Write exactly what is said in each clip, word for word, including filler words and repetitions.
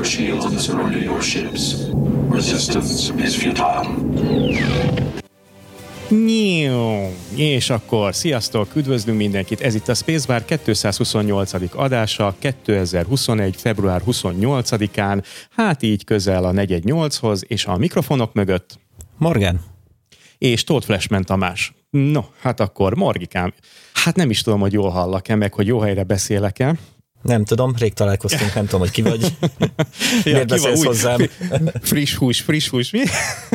shields and surrender your ships. Resistance is futile. Nyíó. És akkor sziasztok, üdvözlünk mindenkit, ez itt a Spacebar kétszázhuszonnyolcadik adása kétezer-huszonegy. február huszonnyolcadikán, hát így közel a negyven nyolchoz, és a mikrofonok mögött Morgan és Tóth Flashman Tamás. No, hát akkor Morgikám, hát nem is tudom, hogy jól hallak-e, meg hogy jó helyre beszélek-e. Nem tudom, rég találkoztunk, nem tudom, hogy ki vagy. Ja, miért beszélsz úgy, hozzám? Friss hús, friss hús, mi?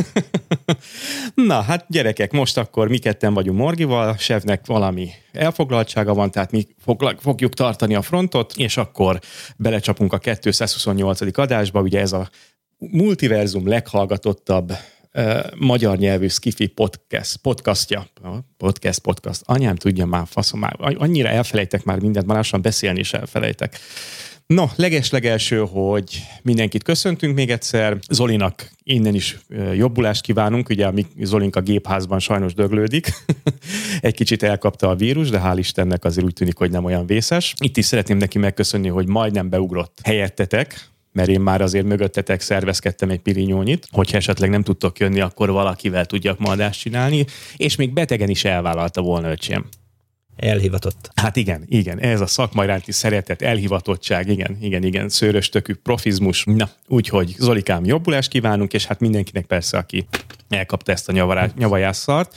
Na, hát gyerekek, most akkor mi ketten vagyunk Morgival, Sevnek valami elfoglaltsága van, tehát mi fogjuk tartani a frontot, és akkor belecsapunk a kétszázhuszonnyolcadik adásba, ugye ez a multiverzum leghallgatottabb Uh, magyar nyelvű Skifi podcast, podcastja. Podcast, podcast. Anyám tudja már, faszom már. Annyira elfelejtek már mindent, már lassan beszélni is elfelejtek. No, legeslegelső, hogy mindenkit köszöntünk még egyszer. Zolinak innen is jobbulást kívánunk, ugye a Zolink a gépházban sajnos döglődik. Egy kicsit elkapta a vírus, de hál' Istennek azért úgy tűnik, hogy nem olyan vészes. Itt is szeretném neki megköszönni, hogy majdnem beugrott helyettetek, mert én már azért mögöttetek szervezkedtem egy pirinyónyit, hogyha esetleg nem tudtok jönni, akkor valakivel tudjak ma adást csinálni, és még betegen is elvállalta volna, öcsém. Elhivatott. Hát igen, igen, ez a szakma iránti szeretet, elhivatottság, igen, igen, igen, szőrös tökű profizmus. Na, úgyhogy Zolikám, jobbulást kívánunk, és hát mindenkinek persze, aki elkapta ezt a nyavajásszart.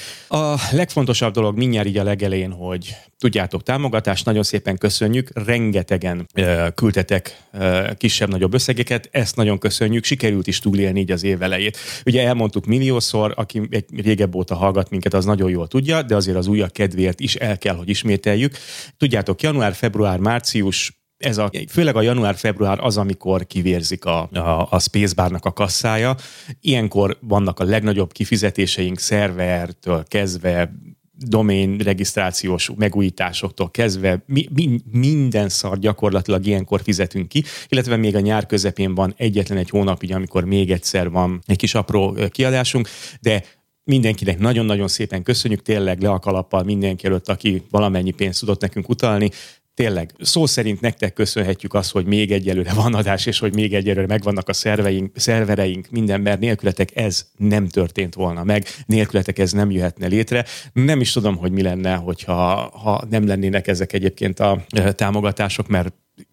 A legfontosabb dolog mindjárt így a legelején, hogy tudjátok, támogatást, nagyon szépen köszönjük, rengetegen uh, küldtetek uh, kisebb-nagyobb összegeket, ezt nagyon köszönjük, sikerült is túlélni így az év elejét. Ugye elmondtuk milliószor, aki egy régebb óta hallgat minket, az nagyon jól tudja, de azért az újak kedvéért is el kell, hogy ismételjük. Tudjátok, január, február, március, ez a, főleg a január-február az, amikor kivérzik a, a, a Spacebarnak a kasszája. Ilyenkor vannak a legnagyobb kifizetéseink szervertől kezdve, domain regisztrációs megújításoktól kezdve, mi, mi, minden szar gyakorlatilag ilyenkor fizetünk ki, illetve még a nyár közepén van egyetlen egy hónap, így, amikor még egyszer van egy kis apró kiadásunk, de mindenkinek nagyon-nagyon szépen köszönjük, tényleg le a kalappal mindenki előtt, aki valamennyi pénzt tudott nekünk utalni. Tényleg, szó szerint nektek köszönhetjük azt, hogy még egyelőre van adás, és hogy még egyelőre megvannak a szerveink, szervereink, minden, mert nélkületek ez nem történt volna meg, nélkületek ez nem jöhetne létre. Nem is tudom, hogy mi lenne, hogyha ha nem lennének ezek egyébként a támogatások, mert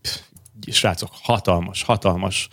srácok, hatalmas, hatalmas,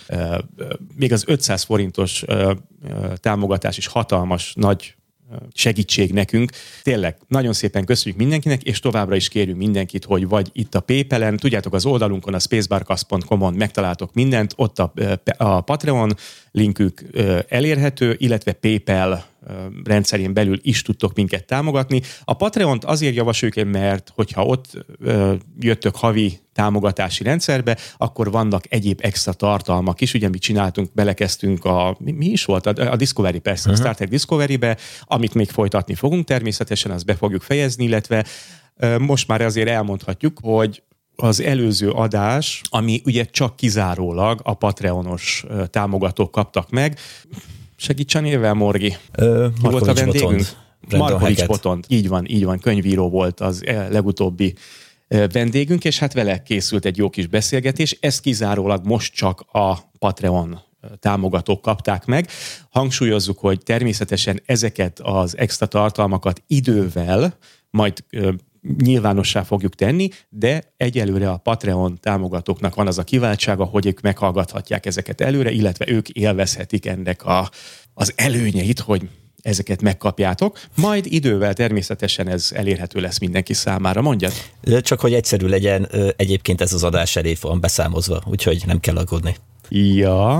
még az ötszáz forintos támogatás is hatalmas, nagy segítség nekünk. Tényleg, nagyon szépen köszönjük mindenkinek, és továbbra is kérjük mindenkit, hogy vagy itt a PayPal-en, tudjátok, az oldalunkon, a spacebarcast pont com-on megtaláltok mindent, ott a, a Patreon linkük elérhető, illetve PayPal rendszerén belül is tudtok minket támogatni. A Patreont azért javasoljuk, mert hogyha ott jöttök havi támogatási rendszerbe, akkor vannak egyéb extra tartalmak is. Ugye mi csináltunk, belekezdtünk a, mi, mi is volt? A, a Discovery, persze, uh-huh. a Star Trek Discovery-be, amit még folytatni fogunk természetesen, azt be fogjuk fejezni, illetve most már azért elmondhatjuk, hogy az előző adás, ami ugye csak kizárólag a Patreonos támogatók kaptak meg. Segítsen évvel, Morgi. Ö, Ki volt a vendégünk? Botond. Markovics Botond. Így van, így van. Könyvíró volt az legutóbbi vendégünk, és hát vele készült egy jó kis beszélgetés. Ezt kizárólag most csak a Patreon támogatók kapták meg. Hangsúlyozzuk, hogy természetesen ezeket az extra tartalmakat idővel majd nyilvánossá fogjuk tenni, de egyelőre a Patreon támogatóknak van az a kiváltsága, hogy ők meghallgathatják ezeket előre, illetve ők élvezhetik ennek a, az előnyeit, hogy ezeket megkapjátok. Majd idővel természetesen ez elérhető lesz mindenki számára. Mondjad? Csak hogy egyszerű legyen, egyébként ez az adás elé van beszámozva, úgyhogy nem kell aggódni. Ja...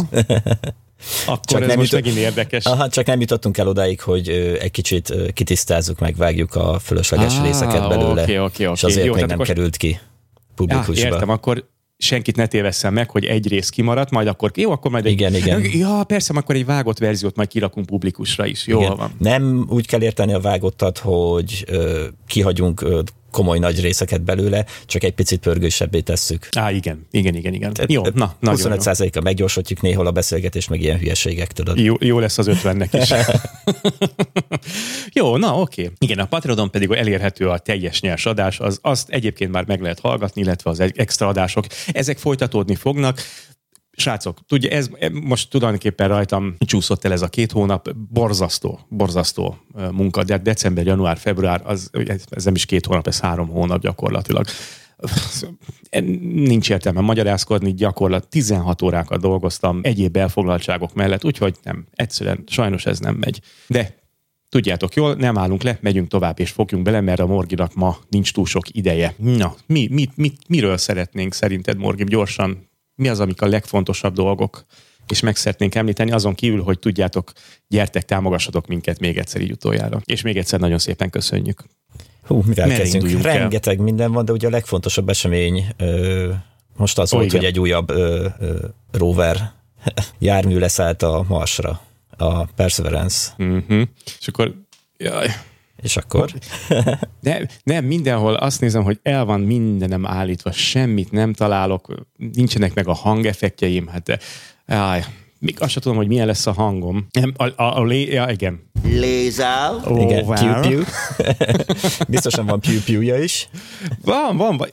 Akkor csak ez nem most jutott, megint érdekes. Aha, csak nem jutottunk el odáig, hogy egy kicsit kitisztázzuk, megvágjuk a fölösleges ah, részeket belőle, okay, okay, okay. és azért Jó, még nem akkor... került ki publikusba. Ah, értem, akkor senkit ne tévesszem meg, hogy egy rész kimaradt, majd akkor jó, akkor majd egy... Igen, igen. Ja, persze, akkor egy vágott verziót majd kirakunk publikusra is. Jól van. Nem úgy kell érteni a vágottat, hogy ö, kihagyunk ö, komoly nagy részeket belőle, csak egy picit pörgősebbé tesszük. Á, igen, igen, igen, igen. Jó, na, huszonöt százaléka meggyorsítjuk néhol a beszélgetés, meg ilyen hülyeségek, tudod. Jó, jó lesz az ötvennek is. Jó, na oké. Igen, a Patreonon pedig elérhető a teljes nyers adás, az, azt egyébként már meg lehet hallgatni, illetve az extra adások. Ezek folytatódni fognak. Srácok, tudja, ez most tulajdonképpen rajtam csúszott el ez a két hónap, borzasztó, borzasztó munka, de december, január, február, az, ez nem is két hónap, ez három hónap gyakorlatilag. Nincs értelme magyarázkodni, gyakorlat tizenhat órákat dolgoztam egyéb elfoglaltságok mellett, úgyhogy nem, egyszerűen sajnos ez nem megy. De tudjátok jól, nem állunk le, megyünk tovább és fogjunk bele, mert a Morginak ma nincs túl sok ideje. Na, mi, mi, mi, miről szeretnénk szerinted, Morgi, gyorsan? Mi az, amik a legfontosabb dolgok? És meg szeretnénk említeni, azon kívül, hogy tudjátok, gyertek, támogassatok minket még egyszer így utoljára. És még egyszer nagyon szépen köszönjük. Hú, mivel kezdjünk? Rengeteg el? Minden van, de ugye a legfontosabb esemény ö, most az oh, volt, igen. hogy egy újabb ö, ö, rover jármű leszállt a Marsra, a Perseverance. Uh-huh. És akkor... Jaj. És akkor? De nem, mindenhol azt nézem, hogy el van mindenem állítva, semmit nem találok, nincsenek meg a hangeffektjeim, hát de, áj, még azt sem tudom, hogy milyen lesz a hangom. Nem, a, a, a lé, ja, igen. Lézál. Oh, igen, wow. Pew-pew. Biztosan van pew-pewja is. Van, van, van.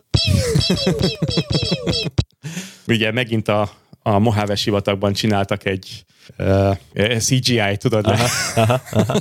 Ugye megint a, a Mojave sivatagban csináltak egy uh, cé gé í, tudod? Aha, aha, aha.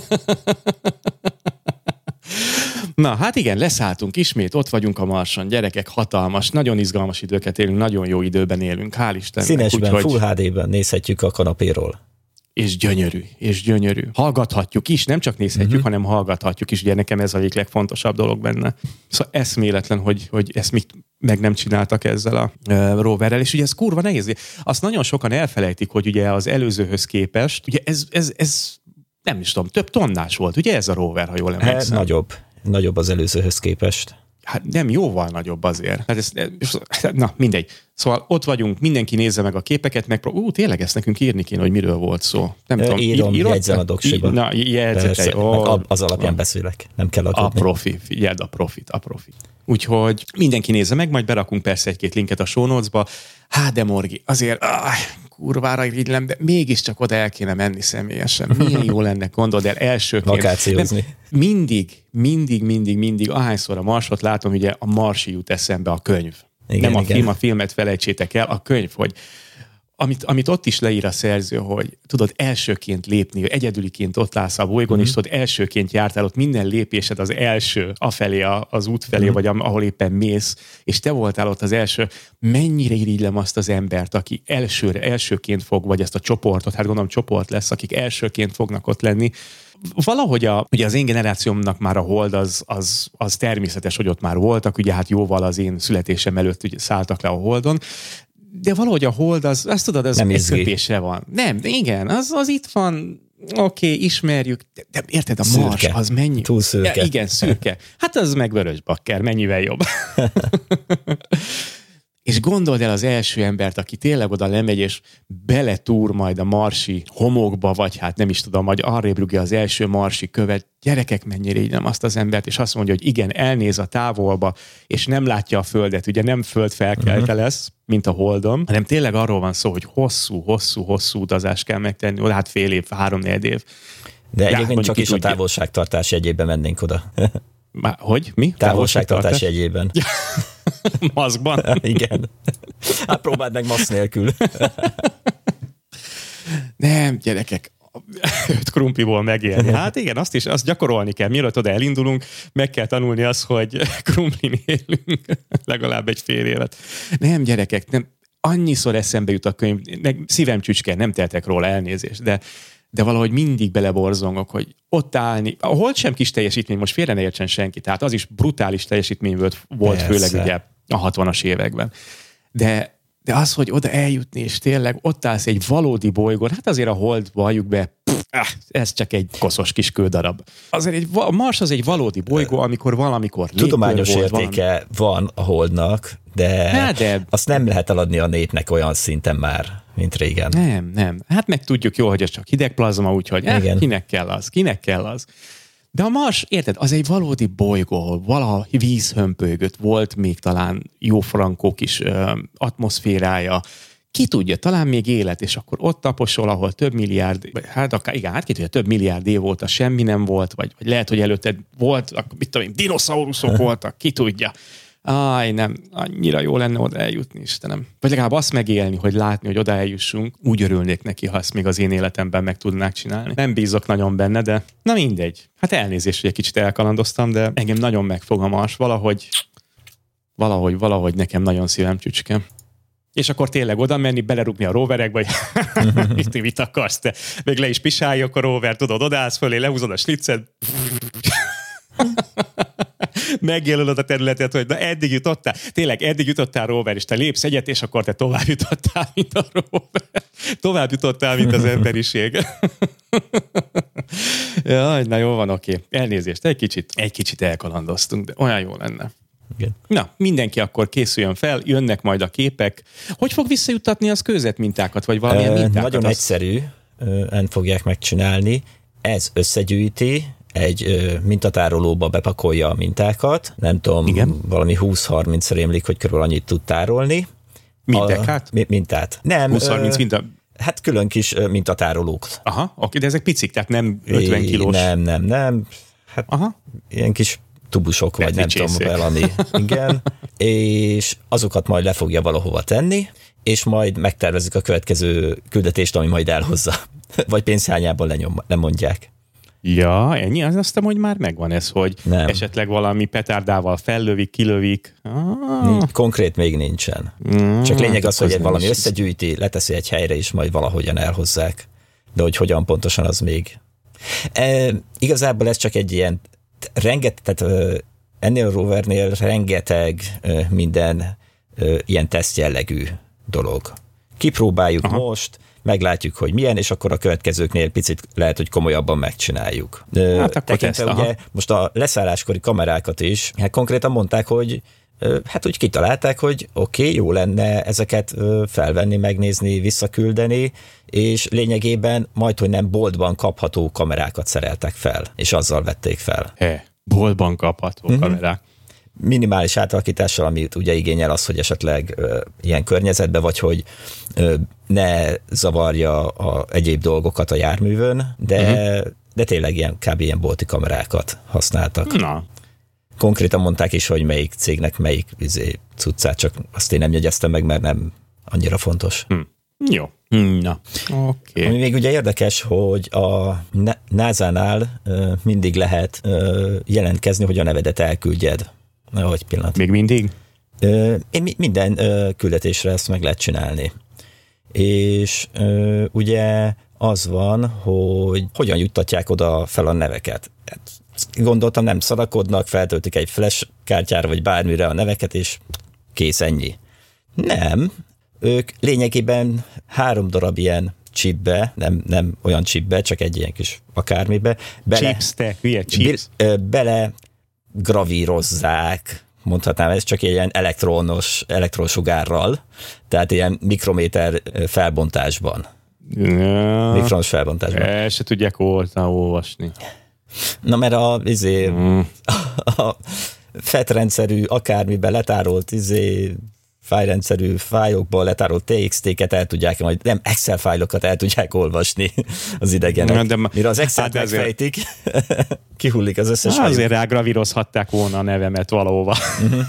Na, hát igen, leszálltunk ismét, ott vagyunk a Marson, gyerekek, hatalmas, nagyon izgalmas időket élünk, nagyon jó időben élünk, hál' Istennek. Színesben, úgyhogy... Full há dé-ben nézhetjük a kanapéról. És gyönyörű, és gyönyörű. Hallgathatjuk is, nem csak nézhetjük, uh-huh. hanem hallgathatjuk is, ugye nekem ez a legfontosabb dolog benne. Szóval eszméletlen, hogy, hogy ezt mit meg nem csináltak ezzel a uh, roverrel, és ugye ez kurva nehéz. Azt nagyon sokan elfelejtik, hogy ugye az előzőhöz képest, ugye ez, ez, ez nem is tudom, több tonnás volt, ugye ez a rover, ha jól emlékszem. Hát, nagyobb. Nagyobb az előzőhöz képest. Hát nem, jóval nagyobb azért. Hát ez, na, mindegy. Szóval ott vagyunk, mindenki nézze meg a képeket, megpróbál. Ú, tényleg ezt nekünk írni kéne, hogy miről volt szó. Nem Írom, tudom. Írom, ír, jegyzem a doksiba. Na, jegyzetelj. Oh, az alapján beszélek. Nem kell aggódni. A profi, figyeld a profit, a profit. Úgyhogy mindenki nézze meg, majd berakunk persze egy-két linket a show notes-ba. Hát de Morgi, azért áh, kurvára irigylem, de mégiscsak oda el kéne menni személyesen. Milyen jó lenne, gondold el, elsőként. Vakációzni. Mindig, mindig, mindig, mindig, ahányszor a Marsot látom, ugye a Marsi jut eszembe, a könyv. Igen, nem a igen. film, a filmet felejtsétek el, a könyv, hogy amit, amit ott is leír a szerző, hogy tudod elsőként lépni, egyedüliként ott állsz a bolygón, mm-hmm. és tudod elsőként jártál, ott minden lépésed az első, afelé, az út felé, mm-hmm. vagy ahol éppen mész, és te voltál ott az első. Mennyire irigylem azt az embert, aki elsőre, elsőként fog, vagy ezt a csoportot, hát gondolom csoport lesz, akik elsőként fognak ott lenni. Valahogy a, ugye az én generációmnak már a Hold az, az, az természetes, hogy ott már voltak, ugye hát jóval az én születésem előtt ugye szálltak le a Holdon, de valahogy a Hold, az, azt tudod, az egy kötésre van. Nem, igen, az, az itt van, oké, okay, ismerjük, de, de érted, a szürke. Mars, az mennyi? Túl szürke. Ja, igen, szürke. Hát az meg vörösbakker, mennyivel jobb. És gondold el az első embert, aki tényleg oda lemegy, és beletúr majd a marsi homokba, vagy hát nem is tudom, vagy arrébb rúgja az első marsi követ. Gyerekek, mennyire így nem azt az embert, és azt mondja, hogy igen, elnéz a távolba, és nem látja a Földet, ugye nem földfelkelte uh-huh. lesz, mint a Holdon, hanem tényleg arról van szó, hogy hosszú, hosszú, hosszú utazást kell megtenni, oda hát fél év, három-négy év. De egyébként ja, csak is a távolságtartás jegyében mennénk oda. Má, hogy? Mi? Távolságtartás jegyében. Maszkban? Igen. Hát próbáld meg maszk nélkül. Nem, gyerekek, öt krumpliból megélni. Hát igen, azt is, azt gyakorolni kell. Mielőtt oda elindulunk, meg kell tanulni azt, hogy krumplin élünk legalább egy fél évet. Nem, gyerekek, nem. Annyiszor eszembe jut a könyv, szívem csücske, nem teltek róla, elnézést, de de valahogy mindig beleborzongok, hogy ott állni. A Hold sem kis teljesítmény, most félre ne értsen senki, tehát az is brutális teljesítmény volt, volt főleg ugye a hatvanas években. De, de az, hogy oda eljutni, és tényleg ott állsz egy valódi bolygón, hát azért a Hold, valljuk be, pff, ez csak egy koszos kis kődarab. Azért egy, a Mars az egy valódi bolygó, amikor valamikor tudományos volt, értéke valami... van a Holdnak, de, hát de azt nem lehet eladni a népnek olyan szinten már, mint régen. Nem, nem. Hát meg tudjuk jól, hogy ez csak hideg plazma, úgyhogy eh, kinek kell az, kinek kell az. De a Mars, érted, az egy valódi bolygó, ahol valaha víz hömpölygött, volt még talán jó frankó kis ö, atmoszférája, ki tudja, talán még élet, és akkor ott taposol, ahol több milliárd, hát akár, igen, hát ki tudja, több milliárd év óta semmi nem volt, vagy, vagy lehet, hogy előtte volt, akkor mit tudom én, dinoszauruszok voltak, ki tudja. Áj, nem, annyira jó lenne oda eljutni, Istenem. Vagy legalább azt megélni, hogy látni, hogy oda eljussunk, úgy örülnék neki, ha ezt még az én életemben meg tudnák csinálni. Nem bízok nagyon benne, de na mindegy. Hát elnézést, hogy egy kicsit elkalandoztam, de engem nagyon megfog a Mars, valahogy, valahogy, valahogy nekem nagyon szívem csücske. És akkor tényleg oda menni, belerúgni a roverekbe, hogy itt mit akarsz te? Még le is pisáljuk a rover, tudod, odaállsz fölé, lehúzod a sliccet, megjelölöd a területet, hogy na eddig jutottál, tényleg eddig jutottál rover, és te lépsz egyet, és akkor te tovább jutottál, mint a rover. Tovább jutottál, mint az emberiség. Jaj, na jó van, oké. Elnézést, egy kicsit, egy kicsit elkalandoztunk, de olyan jó lenne. Igen. Na, mindenki akkor készüljön fel, jönnek majd a képek. Hogy fog visszajuttatni az kőzetmintákat, vagy valamilyen mintákat? Nagyon az... egyszerűen fogják megcsinálni. Ez összegyűjti, egy ö, mintatárolóba bepakolja a mintákat, nem tudom, igen? Valami húsz-harminc rémlik, hogy körülbelül annyit tud tárolni. Mintákat? Mi, mintát. Nem. húsz-harminc minta? Hát külön kis ö, mintatárolók. Aha, oké, de ezek picik, tehát nem ötven kilós. Nem, nem, nem. Hát aha. Ilyen kis tubusok, vagy nem tudom, valami. Igen. És azokat majd le fogja valahova tenni, és majd megtervezik a következő küldetést, ami majd elhozza. Vagy pénzhányában lenyom, lemondják. Ja, ennyi? Azt hiszem, hogy már megvan ez, hogy nem. Esetleg valami petárdával fellövik, kilövik. Ah. Konkrét még nincsen. Mm, Csak lényeg az, hogy valami összegyűjti, leteszi egy helyre, és majd valahogyan elhozzák. De hogy hogyan pontosan, az még... E, igazából ez csak egy ilyen rengeteg, tehát ennél a rovernél rengeteg minden ilyen teszt jellegű dolog. Kipróbáljuk aha. most, meglátjuk, hogy milyen, és akkor a következőknél picit lehet, hogy komolyabban megcsináljuk. Hát akkor tekintve teszt, ugye most a leszálláskori kamerákat is, hát konkrétan mondták, hogy hát úgy kitalálták, hogy oké, okay, jó lenne ezeket felvenni, megnézni, visszaküldeni, és lényegében majd, hogy nem boltban kapható kamerákat szereltek fel, és azzal vették fel. He, boltban kapható mm-hmm. kamerák. Minimális átalakítással, amit ugye igényel az, hogy esetleg ö, ilyen környezetbe, vagy hogy ö, ne zavarja a egyéb dolgokat a járművön, de, uh-huh. de tényleg ilyen, kb. Ilyen bolti kamerákat használtak. Na. Konkrétan mondták is, hogy melyik cégnek melyik izé, cuccát, csak azt én nem jegyeztem meg, mert nem annyira fontos. Hm. Jó. Na. Okay. Ami még ugye érdekes, hogy a násánál ö, mindig lehet ö, jelentkezni, hogy a nevedet elküldjed. Na, hogy pillanat. Még mindig? Ö, én minden ö, küldetésre ezt meg lehet csinálni. És ö, ugye az van, hogy hogyan juttatják oda fel a neveket. Gondoltam, nem szarakodnak, feltöltik egy flash kártyára, vagy bármire a neveket, és kész, ennyi. Nem. Ők lényegében három darab ilyen chipbe, nem, nem olyan chipbe, csak egy ilyen kis akármibe. Bele, chips, te, hülye, chips. Be, bele gravírozzák, mondhatnám, ez csak ilyen elektronos, elektronsugárral, tehát ilyen mikrométer felbontásban. Ja, mikronos felbontásban. El se tudják olvasni. Na, mert a, izé, mm. a, a fé e té-rendszerű akármiben letárolt izé, fájrendszerű fájokból letárolt té iksz té-ket el tudják, majd nem Excel fájlokat el tudják olvasni az idegenek. De mire az Excel-t hát megfejtik, kihullik az összes fájok. Azért rágravírozhatták volna a nevemet valahova. Uh-huh.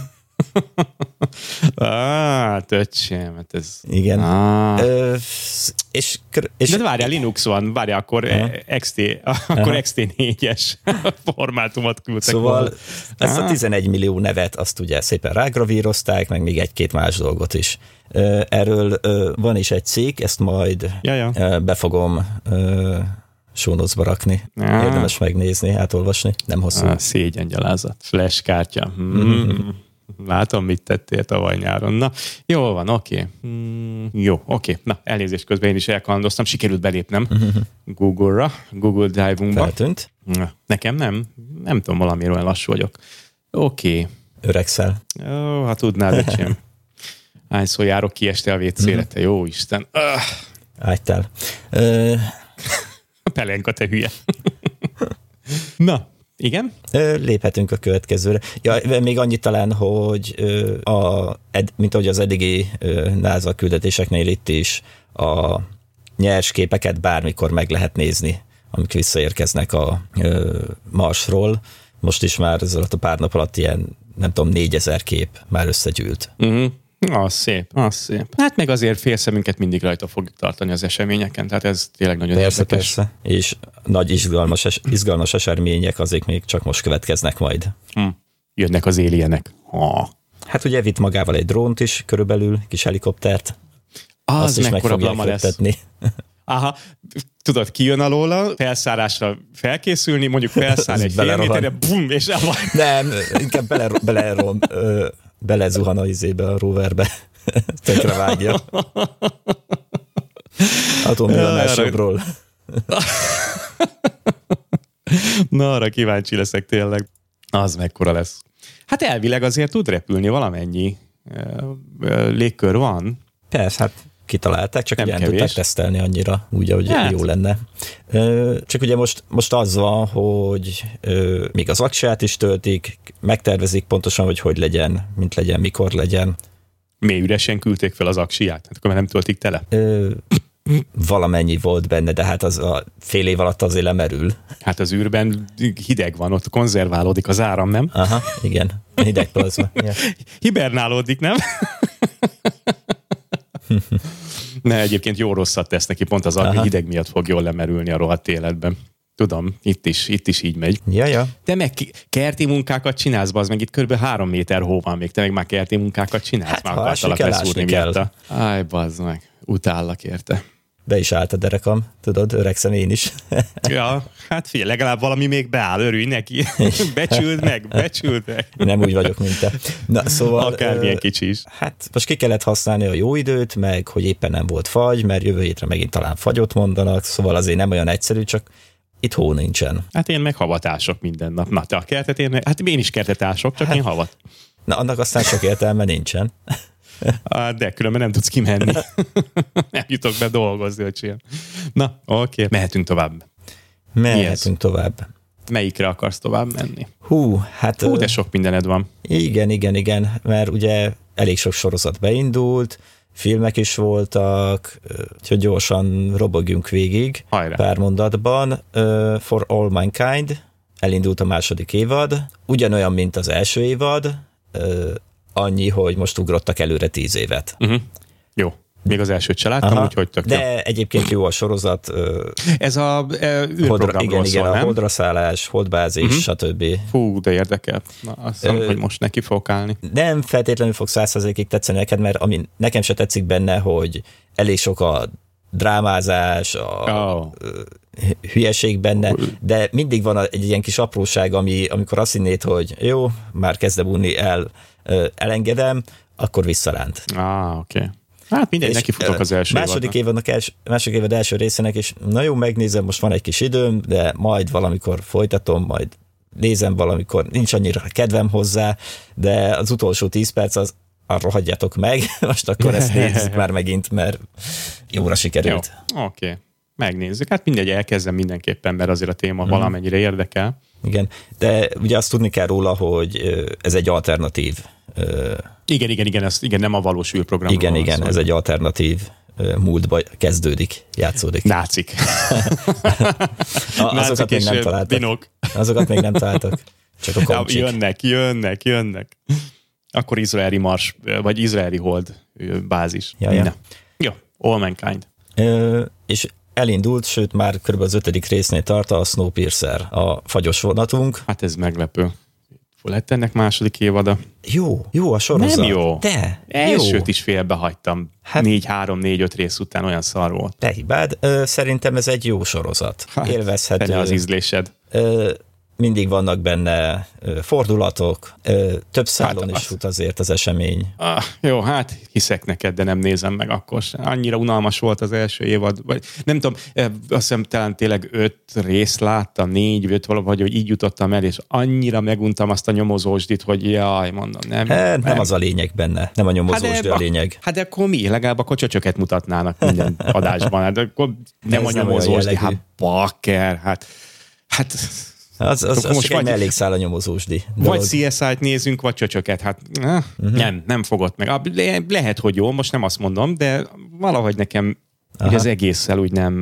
Ah, öcsém, hát ez... Igen. Ah. Ö, és, és... De várjál, Linux van, várjál, akkor uh-huh. iksz té, akkor uh-huh. iksz té négyes formátumot küldtek. Szóval volna. Ezt ah. a tizenegy millió nevet azt ugye szépen rágravírozták, meg még egy-két más dolgot is. Erről van is egy cikk, ezt majd ja, ja. be fogom show notes-ba rakni. Ah. Érdemes megnézni, átolvasni, nem hosszú. Ah, szégyengyalázat, flash kártya. Mm. Mm. Látom, mit tettél tavaly nyáron. Na, jól van, oké. Okay. Mm, jó, oké. Okay. Na, elnézést, közben én is elkalandoztam. Sikerült belépnem Google-ra, Google Drive-unkba. Feltűnt? Nekem nem. Nem tudom, valamiről olyan lassú vagyok. Oké. Okay. Öregszel. Ó, ha tudnád, öcsém. Hányszor járok ki este a vécére, te jó Isten. Ágytál. Ö... Pelenka, te hülye. Na, igen? Léphetünk a következőre. Ja, még annyit talán, hogy a, mint ahogy az eddigi NASA küldetéseknél itt is a nyers képeket bármikor meg lehet nézni, amik visszaérkeznek a Marsról. Most is már ez alatt a pár nap alatt ilyen nem tudom, négyezer kép már összegyűlt. Uh-huh. Az szép, az szép. Hát meg azért félszemünket mindig rajta fogjuk tartani az eseményeken, tehát ez tényleg nagyon persze, érdekes. Persze, és nagy izgalmas, es- izgalmas események azért még csak most következnek majd. Hm. Jönnek az alienek. Ha. Hát ugye vitt magával egy drónt is, körülbelül, kis helikoptert. Az Azt is meg mekkora fogják blama lesz. köttetni. Aha, tudod, kijön alóla, felszárásra felkészülni, mondjuk felszáll egy fél méterre, bum, és elvan. Nem, inkább bele, bele, bele, belezuhan a izébe, a roverbe. Tökre vágja. Atomvillanásokról. Na, arra kíváncsi leszek tényleg. Az mekkora lesz. Hát elvileg azért tud repülni valamennyi. Légkör van. Persze, hát kitalálták, csak nem ugye nem tudták tesztelni annyira, úgy, ahogy hát. jó lenne. Csak ugye most, most az van, hogy még az aksát is töltik, megtervezik pontosan, hogy hogy legyen, mint legyen, mikor legyen. Mély üresen küldték fel az aksiját? Hát akkor már nem töltik tele? Ö, valamennyi volt benne, de hát az a fél év alatt azért lemerül. Hát az űrben hideg van, ott konzerválódik az áram, nem? Aha, igen. Hideg plazma. Ja. Hibernálódik, nem? Ne, egyébként jó rosszat tesz neki, pont az Aha. hideg miatt fog jól lemerülni a rohadt életben. Tudom, itt is, itt is így megy. Ja, ja. Te meg kerti munkákat csinálsz, az meg itt kb. három méter hó van még, te meg már kerti munkákat csinálsz. Hát, már ha ásni kell, ásni kell. Áj, bazd meg, utállak érte. Be is állt a derekam, tudod, öregszem én is. Ja, hát figyelj, legalább valami még beáll, örülj neki. Becsüld meg, becsüld meg. Nem úgy vagyok, mint te. Na, szóval... Akármilyen kicsi is. Hát most ki kellett használni a jó időt, meg hogy éppen nem volt fagy, mert jövő hétre megint talán fagyot mondanak, szóval azért nem olyan egyszerű, csak itt hó nincsen. Hát én meg havatások minden nap. Na, te a kertet én meg... Hát én is kertetások, csak hát, én havat. Na, annak aztán sok értelme nincsen. De különben nem tudsz kimenni. Nem jutok be dolgozni, öcsém. Na, oké. Mehetünk tovább. Mehetünk tovább. Melyikre akarsz tovább menni? Hú, hát... Hú, de sok mindened van. Igen, igen, igen, mert ugye elég sok sorozat beindult, filmek is voltak, úgyhogy gyorsan robogjunk végig. Hajrá. Pár mondatban. Uh, For All Mankind elindult a második évad, ugyanolyan, mint az első évad, uh, annyi, hogy most ugrottak előre tíz évet. Uh-huh. Jó. Még az elsőt se láttam, úgyhogy tök De jó. egyébként jó a sorozat. Uh, Ez a uh, űrprogramról igen, szól, igen, nem? a holdraszállás, holdbázis, uh-huh. stb. Fú, de érdekel. Na, azt hiszem, uh, hogy most neki fogok állni. Nem feltétlenül fog száz százalékig tetszeni neked, mert ami nekem se tetszik benne, hogy elég sok a drámázás, a oh. hülyeség benne, de mindig van egy ilyen kis apróság, ami, amikor azt hinnéd, hogy jó, már kezdem unni, el, elengedem, akkor visszaránt. Ah, oké. Okay. Hát mindegy, neki futok az első második évadnak. Els, második évad első részének, és na jó, megnézem, most van egy kis időm, de majd valamikor folytatom, majd nézem valamikor, nincs annyira kedvem hozzá, de az utolsó tíz perc az arra hagyjátok meg, most akkor ezt nézzük már megint, mert jóra sikerült. Jó, oké. Okay. Megnézzük. Hát mindegy, elkezdem mindenképpen, mert azért a téma mm. valamennyire érdekel. Igen, de ugye azt tudni kell róla, hogy ez egy alternatív. Igen, igen, igen, ez, igen, nem a valós űrprogram. Igen, igen, szól. Ez egy alternatív múltba kezdődik, játszódik. Nácik. Azokat még nem találtak. Dinok. Azokat még nem találtak. Csak a komcsik. Jönnek, jönnek, jönnek. Akkor izraeli mars, vagy izraeli hold bázis. Ja, ja. Jó, All Mankind. Ö, és elindult, sőt már kb. Az ötödik résznél tart a Snowpiercer, a fagyos vonatunk. Hát ez meglepő. Lett ennek második évada. Jó, jó a sorozat. Nem jó. De, Elsőt jó. is félbehagytam. Hát, négy, három, négy, öt rész után olyan szar volt. Te hibád. Ö, szerintem ez egy jó sorozat. Hát, élvezhető. Fene az ízlésed. Ö, mindig vannak benne ö, fordulatok, ö, több szálon hát, is fut azért az esemény. Ah, jó, hát hiszek neked, de nem nézem meg akkor sem. Annyira unalmas volt az első évad. Vagy, nem tudom, azt hiszem talán tényleg öt részt láttam, négy, öt valahogy, hogy így jutottam el, és annyira meguntam azt a nyomozósdit, hogy jaj, mondom, nem. He, nem, nem az a lényeg benne, nem a nyomozósdi hát a lényeg. Hát de akkor mi? Legalább akkor csöcsöket mutatnának minden adásban. Hát akkor nem ez a nyomozósdi, hát bakker, hát hát Az, az, az csak egy mellékszál a nyomozósdi. Vagy cé es í-t nézünk, vagy csöcsöket. Hát eh, uh-huh. nem, nem fogott meg. Le, lehet, hogy jó, most nem azt mondom, de valahogy nekem ugye az egésszel úgy nem,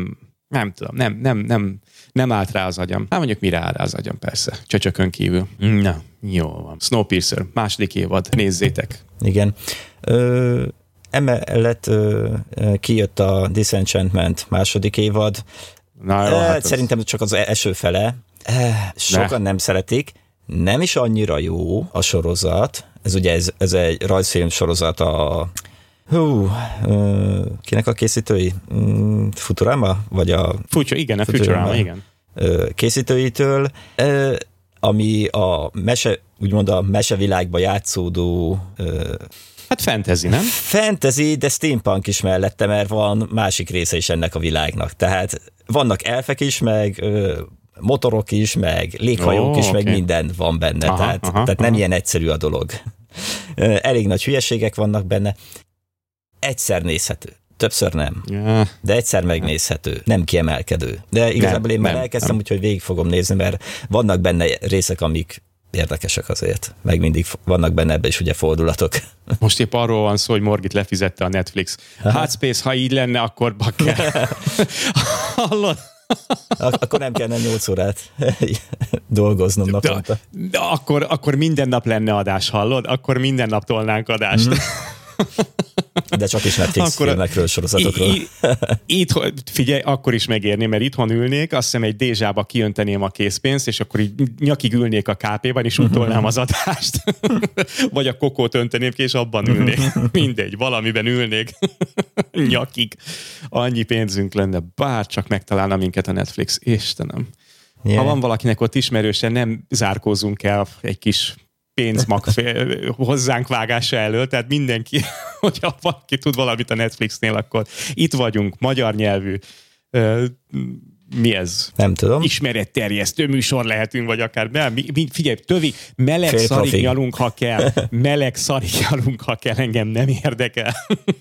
Nem tudom, nem, nem, nem, nem állt rá az agyam. Hát mondjuk mire áll rá az agyam, persze. Csöcsökön kívül. Na, jó van. Snowpiercer, második évad. Nézzétek. Igen. Ö, emellett ö, kijött a Disenchantment második évad. Na jó, e, hát szerintem az... csak az első fele. E, sokan ne. nem szeretik. Nem is annyira jó a sorozat. Ez ugye ez, ez egy rajzfilm sorozat a... Hú, ö, kinek a készítői? Futurama? Vagy a... Future, igen, a Futurama, Futurama igen. Ö, készítőitől, ö, ami a mese, úgymond a mesevilágba játszódó... Ö, hát fantasy, nem? Fantasy, de steampunk is mellette, mert van másik része is ennek a világnak. Tehát vannak elfek is, meg... Ö, motorok is, meg léghajók oh, is, okay. meg minden van benne. Aha, tehát aha, tehát nem aha. ilyen egyszerű a dolog. Elég nagy hülyeségek vannak benne. Egyszer nézhető. Többször nem. Yeah. De egyszer megnézhető. Nem kiemelkedő. De igazából nem, én már nem, elkezdtem, nem. úgyhogy végig fogom nézni, mert vannak benne részek, amik érdekesek azért. Meg mindig vannak benne ebbe is ugye fordulatok. Most épp arról van szó, hogy Morgit lefizette a Netflix. Hát Space, ha így lenne, akkor bakker. Hallod? Ak- akkor nem kellene nyolc órát dolgoznom naponta. De, de akkor, akkor minden nap lenne adás, hallod? Akkor minden nap tolnánk adást. Mm. De csak is Netflix akkor filmekről, sorozatokról. I- i- itt, figyelj, akkor is megérni, mert itthon ülnék, azt hiszem egy Dézsába kijönteném a készpénzt, és akkor így nyakig ülnék a ká pében, és úgy tolnám az adást. Vagy a kokót önteném ki, és abban ülnék. Mindegy, valamiben ülnék. Nyakig. Annyi pénzünk lenne, bár csak megtalálna minket a Netflix. Istenem. Yeah. Ha van valakinek ott ismerőse, nem zárkózunk el egy kis pénzmag hozzánk vágása elől, tehát mindenki, hogyha valaki tud valamit a Netflixnél, akkor itt vagyunk, magyar nyelvű. Mi ez? Nem tudom. Ismeretterjesztő műsor lehetünk, vagy akár. Mi, mi, figyelj, tövi, meleg szarig nyalunk, ha kell. Meleg szarig nyalunk, ha kell. Engem nem érdekel.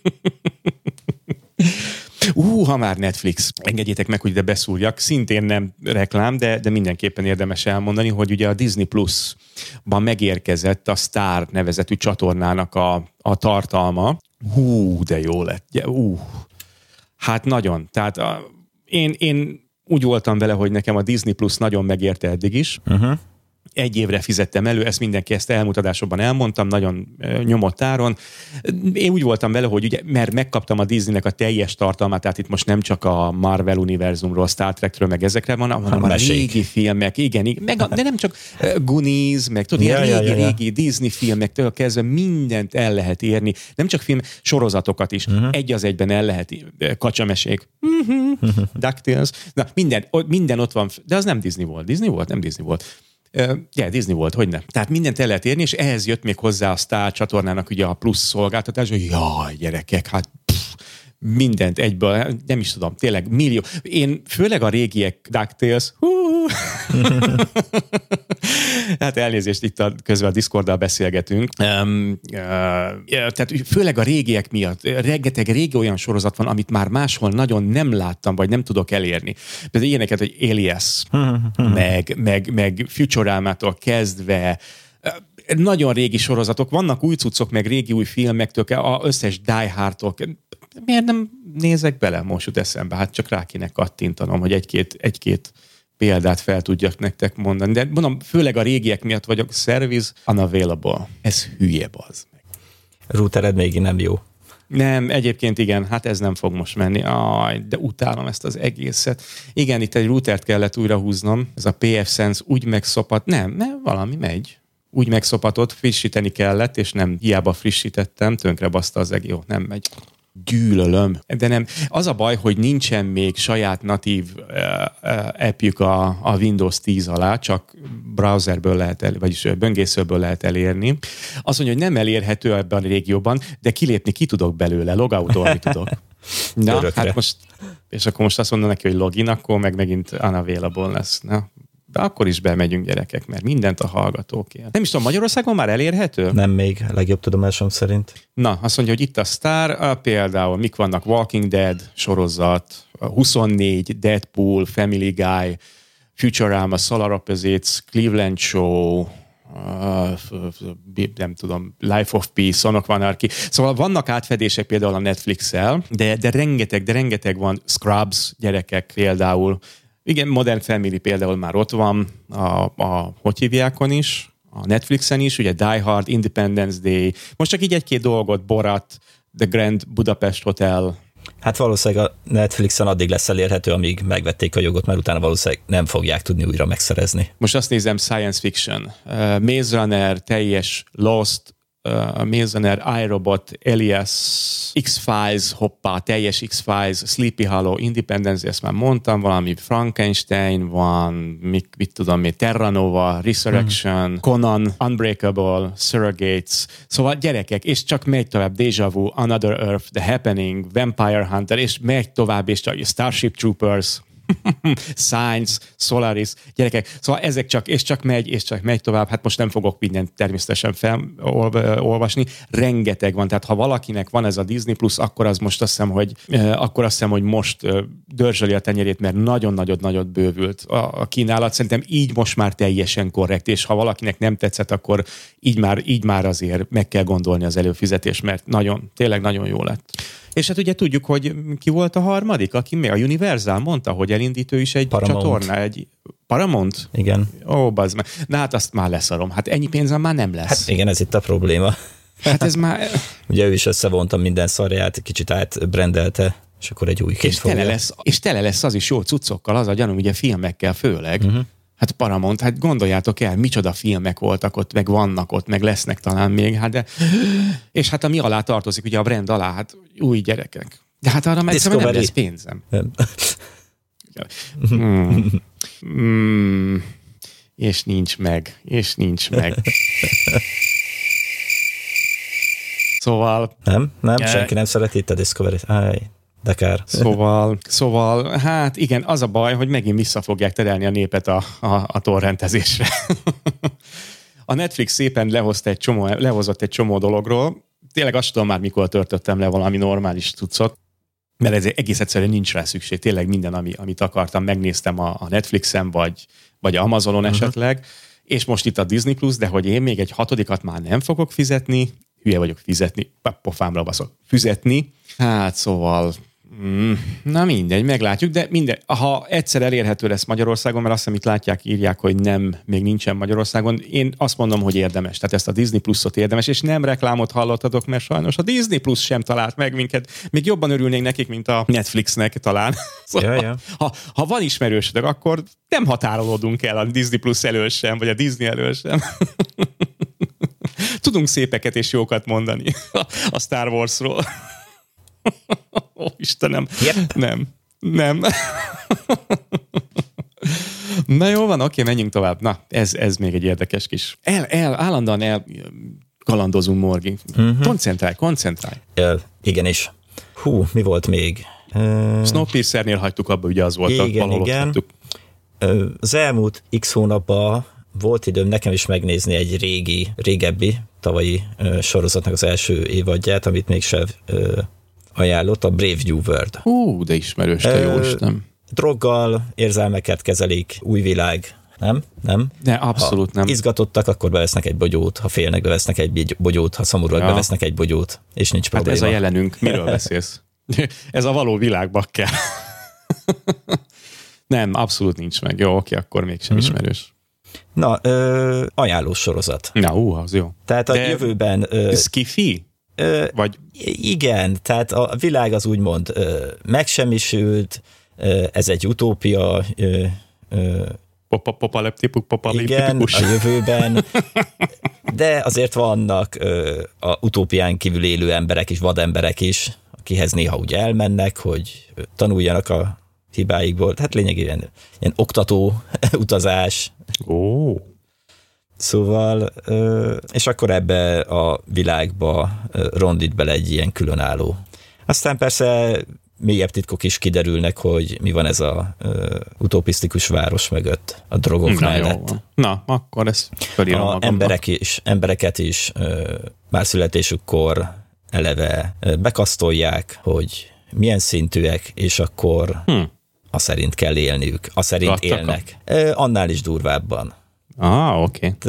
Ú, ha már Netflix, engedjétek meg, hogy ide beszúrjak, szintén nem reklám, de, de mindenképpen érdemes elmondani, hogy ugye a Disney Plus-ban megérkezett a Star nevezetű csatornának a, a tartalma. Hú, de jó lett. Ú, hát nagyon. Tehát a, én, én úgy voltam vele, hogy nekem a Disney Plus nagyon megérte eddig is. Uh-huh. Egy évre fizettem elő, ezt mindenki ezt elmutatásokban elmondtam, nagyon nyomott áron. Én úgy voltam vele, hogy ugye, mert megkaptam a Disneynek a teljes tartalmát, tehát itt most nem csak a Marvel univerzumról, Star Trekről, meg ezekre van, hanem a régi filmek, igen, igen meg a, de nem csak Goonies, meg tudod, ja, ilyen régi, ja, ja, régi ja. Disney filmektől kezdve mindent el lehet érni, nem csak film, sorozatokat is, uh-huh. egy az egyben el lehet, kacsamesék, uh-huh. DuckTales, na minden, minden ott van, de az nem Disney volt, Disney volt, nem Disney volt. Uh, yeah, Disney volt, hogyne. Tehát mindent el lehet érni, és ehhez jött még hozzá a Star csatornának ugye a plusz szolgáltatás, hogy jaj, gyerekek, hát pff, mindent egyből, nem is tudom, tényleg millió. Én főleg a régiek DuckTales, hú, hát elnézést, itt a, közben a Discorddal beszélgetünk. Um, uh, tehát főleg a régiek miatt, rengeteg régi olyan sorozat van, amit már máshol nagyon nem láttam, vagy nem tudok elérni. Például ilyeneket, hogy Alias, meg, meg, meg Futurama-tól kezdve, nagyon régi sorozatok, vannak új cuccok, meg régi új filmektől, az összes Die Hard-tól. Miért nem nézek bele? Most jut eszembe, hát csak rá kéne kattintanom, hogy egy-két, egy-két példát fel tudjak nektek mondani. De mondom, főleg a régiek miatt vagyok, service unavailable. Ez hülye, bazd meg. Routered még nem jó. Nem, egyébként igen, hát ez nem fog most menni. Aj, de utálom ezt az egészet. Igen, itt egy routert kellett újra húznom. Ez a pé ef Sense úgy megszopat. Nem, mert valami megy. Úgy megszopatott, frissíteni kellett, és nem hiába frissítettem, tönkre baszta az egész. Jó, nem megy. Gyűlölöm. De nem. Az a baj, hogy nincsen még saját natív uh, uh, appjük a, a Windows tíz alá, csak browserből lehet, el, vagyis böngészőből lehet elérni. Azt mondja, hogy nem elérhető ebben a régióban, de kilépni ki tudok belőle, logoutolni tudok. Na, Örökre. Hát most, és akkor most azt mondom neki, hogy login, akkor meg megint unavailable lesz. Na, de akkor is bemegyünk, gyerekek, mert mindent a hallgatókért. Nem is tudom, Magyarországon már elérhető? Nem még, legjobb tudomásom szerint. Na, azt mondja, hogy itt a Star, például mik vannak, Walking Dead sorozat, huszonnégy, Deadpool, Family Guy, Futurama, Solar Opposites, Cleveland Show, nem tudom, Life of Pi, Son of Anarchy. Szóval vannak átfedések például a Netflix-el, de, de rengeteg, de rengeteg van. Scrubs gyerekek például. Igen, Modern Family például már ott van, a, a hogy hívjákon is, a Netflixen is, ugye Die Hard, Independence Day. Most csak így egy-két dolgot, Borat, The Grand Budapest Hotel. Hát valószínűleg a Netflixen addig lesz elérhető, amíg megvették a jogot, mert utána valószínűleg nem fogják tudni újra megszerezni. Most azt nézem, Science Fiction, uh, Maze Runner, teljes Lost, uh, Maze Runner, iRobot, Alias, X-Files, hoppá, teljes X-Files, Sleepy Hollow, Independence, ezt már mondtam, valami Frankenstein van, mit, mit tudom én, Terra Nova, Resurrection, hmm. Conan, Unbreakable, Surrogates, szóval gyerekek, és csak megy tovább, Deja Vu, Another Earth, The Happening, Vampire Hunter, és megy tovább, és csak Starship Troopers, Science, Solaris, gyerekek, szóval ezek csak, és csak megy, és csak megy tovább, hát most nem fogok mindent természetesen felolvasni, rengeteg van, tehát ha valakinek van ez a Disney Plus, akkor az most azt hiszem, hogy, akkor azt hiszem, hogy most dörzsöli a tenyerét, mert nagyon-nagyon-nagyon bővült a kínálat, szerintem így most már teljesen korrekt, és ha valakinek nem tetszett, akkor így már, így már azért meg kell gondolni az előfizetést, mert nagyon, tényleg nagyon jó lett. És hát ugye tudjuk, hogy ki volt a harmadik, aki mi? A Universal mondta, hogy elindít ő is egy Paramount. Csatorna, egy Paramount? Igen. Ó, bazd meg. Na hát azt már leszarom. Hát ennyi pénzem már nem lesz. Hát igen, ez itt a probléma. Hát ez már... Ugye ő is összevonta minden szarját, kicsit átbrendelte, és akkor egy új kép és tele lesz, és tele lesz az is jó cuccokkal, az a gyanúm, ugye filmekkel főleg. Uh-huh. Hát Paramount, hát gondoljátok el, micsoda filmek voltak ott, meg vannak ott, meg lesznek talán még, hát de... És hát a mi alá tartozik, ugye a brand alá, hát új gyerekek. De hát arra meg nem lesz pénzem. mm. Mm. És nincs meg, és nincs meg. Szóval... Nem, nem, e... senki nem szereti itt a Discovery-t. Áj. De kár. Szóval, szóval, hát igen, az a baj, hogy megint vissza fogják terelni a népet a, a, a torrentezésre. A Netflix szépen lehozta egy csomó, lehozott egy csomó dologról. Tényleg azt tudom már, mikor törtöttem le valami normális cuccot, mert ez egész egyszerűen nincs rá szükség. Tényleg minden, ami, amit akartam, megnéztem a, a Netflixen, vagy, vagy a Amazonon uh-huh. esetleg, és most itt a Disney Plus, de hogy én még egy hatodikat már nem fogok fizetni, hülye vagyok fizetni, pofámra baszok, fizetni. Hát szóval... Mm, na mindegy, meglátjuk, de minden, ha egyszer elérhető lesz Magyarországon, mert azt hiszem, itt látják, írják, hogy nem, még nincsen Magyarországon, én azt mondom, hogy érdemes, tehát ezt a Disney Plus-ot érdemes, és nem reklámot hallottatok, mert sajnos a Disney Plus sem talált meg minket, még jobban örülnénk nekik, mint a Netflixnek talán. Szóval, ja, ja. Ha, ha van ismerősödök, akkor nem határolódunk el a Disney Plus elől sem, vagy a Disney elől sem. Tudunk szépeket és jókat mondani a Star Warsról. Ó, Istenem. Yep. Nem. Nem. Na jó van, oké, menjünk tovább. Na, ez, ez még egy érdekes kis. El, el, állandóan el kalandozunk, Morgi. Uh-huh. Koncentrálj, koncentrálj. Uh, igenis. Hú, mi volt még? Uh, Snowpiercernél hagytuk abba, ugye az volt. Igen, igen. Uh, az elmúlt x hónapban volt időm nekem is megnézni egy régi, régebbi, tavalyi uh, sorozatnak az első évadját, amit mégsem uh, ajánlott, a Brave New World. Hú, de ismerős, te jó Isten. Droggal, érzelmeket kezelik, új világ. Nem? Nem? De abszolút ha nem. izgatottak, akkor bevesznek egy bogyót, ha félnek, bevesznek egy bogyót, ha szomorúak, ja. bevesznek egy bogyót, és nincs hát probléma. Ez a jelenünk. Miről beszélsz? Ez a való világba kell. Nem, abszolút nincs meg. Jó, oké, akkor mégsem mm-hmm. ismerős. Na, ö, ajánlós sorozat. Na, ú, az jó. Tehát a De jövőben... Ö, Skifi? Ö, Vagy... Igen, tehát a világ az úgymond ö, megsemmisült, ö, ez egy utópia, ö, ö, Popaleptikus, igen, a jövőben, de azért vannak ö, a utópián kívül élő emberek is, vademberek is, akihez néha úgy elmennek, hogy tanuljanak a hibáikból. Tehát lényegében ilyen oktató utazás. Ó. Szóval, és akkor ebbe a világba rondít bele egy ilyen különálló. Aztán persze mélyebb titkok is kiderülnek, hogy mi van ez a utopisztikus város mögött, a drogok Na, mellett. Jó. Na, akkor ezt felírom magamnak. Emberek is, embereket is már születésükkor eleve bekasztolják, hogy milyen szintűek, és akkor hm. a szerint kell élniük, a szerint Lattak élnek. A... Annál is durvábban. Ah, oké. Okay.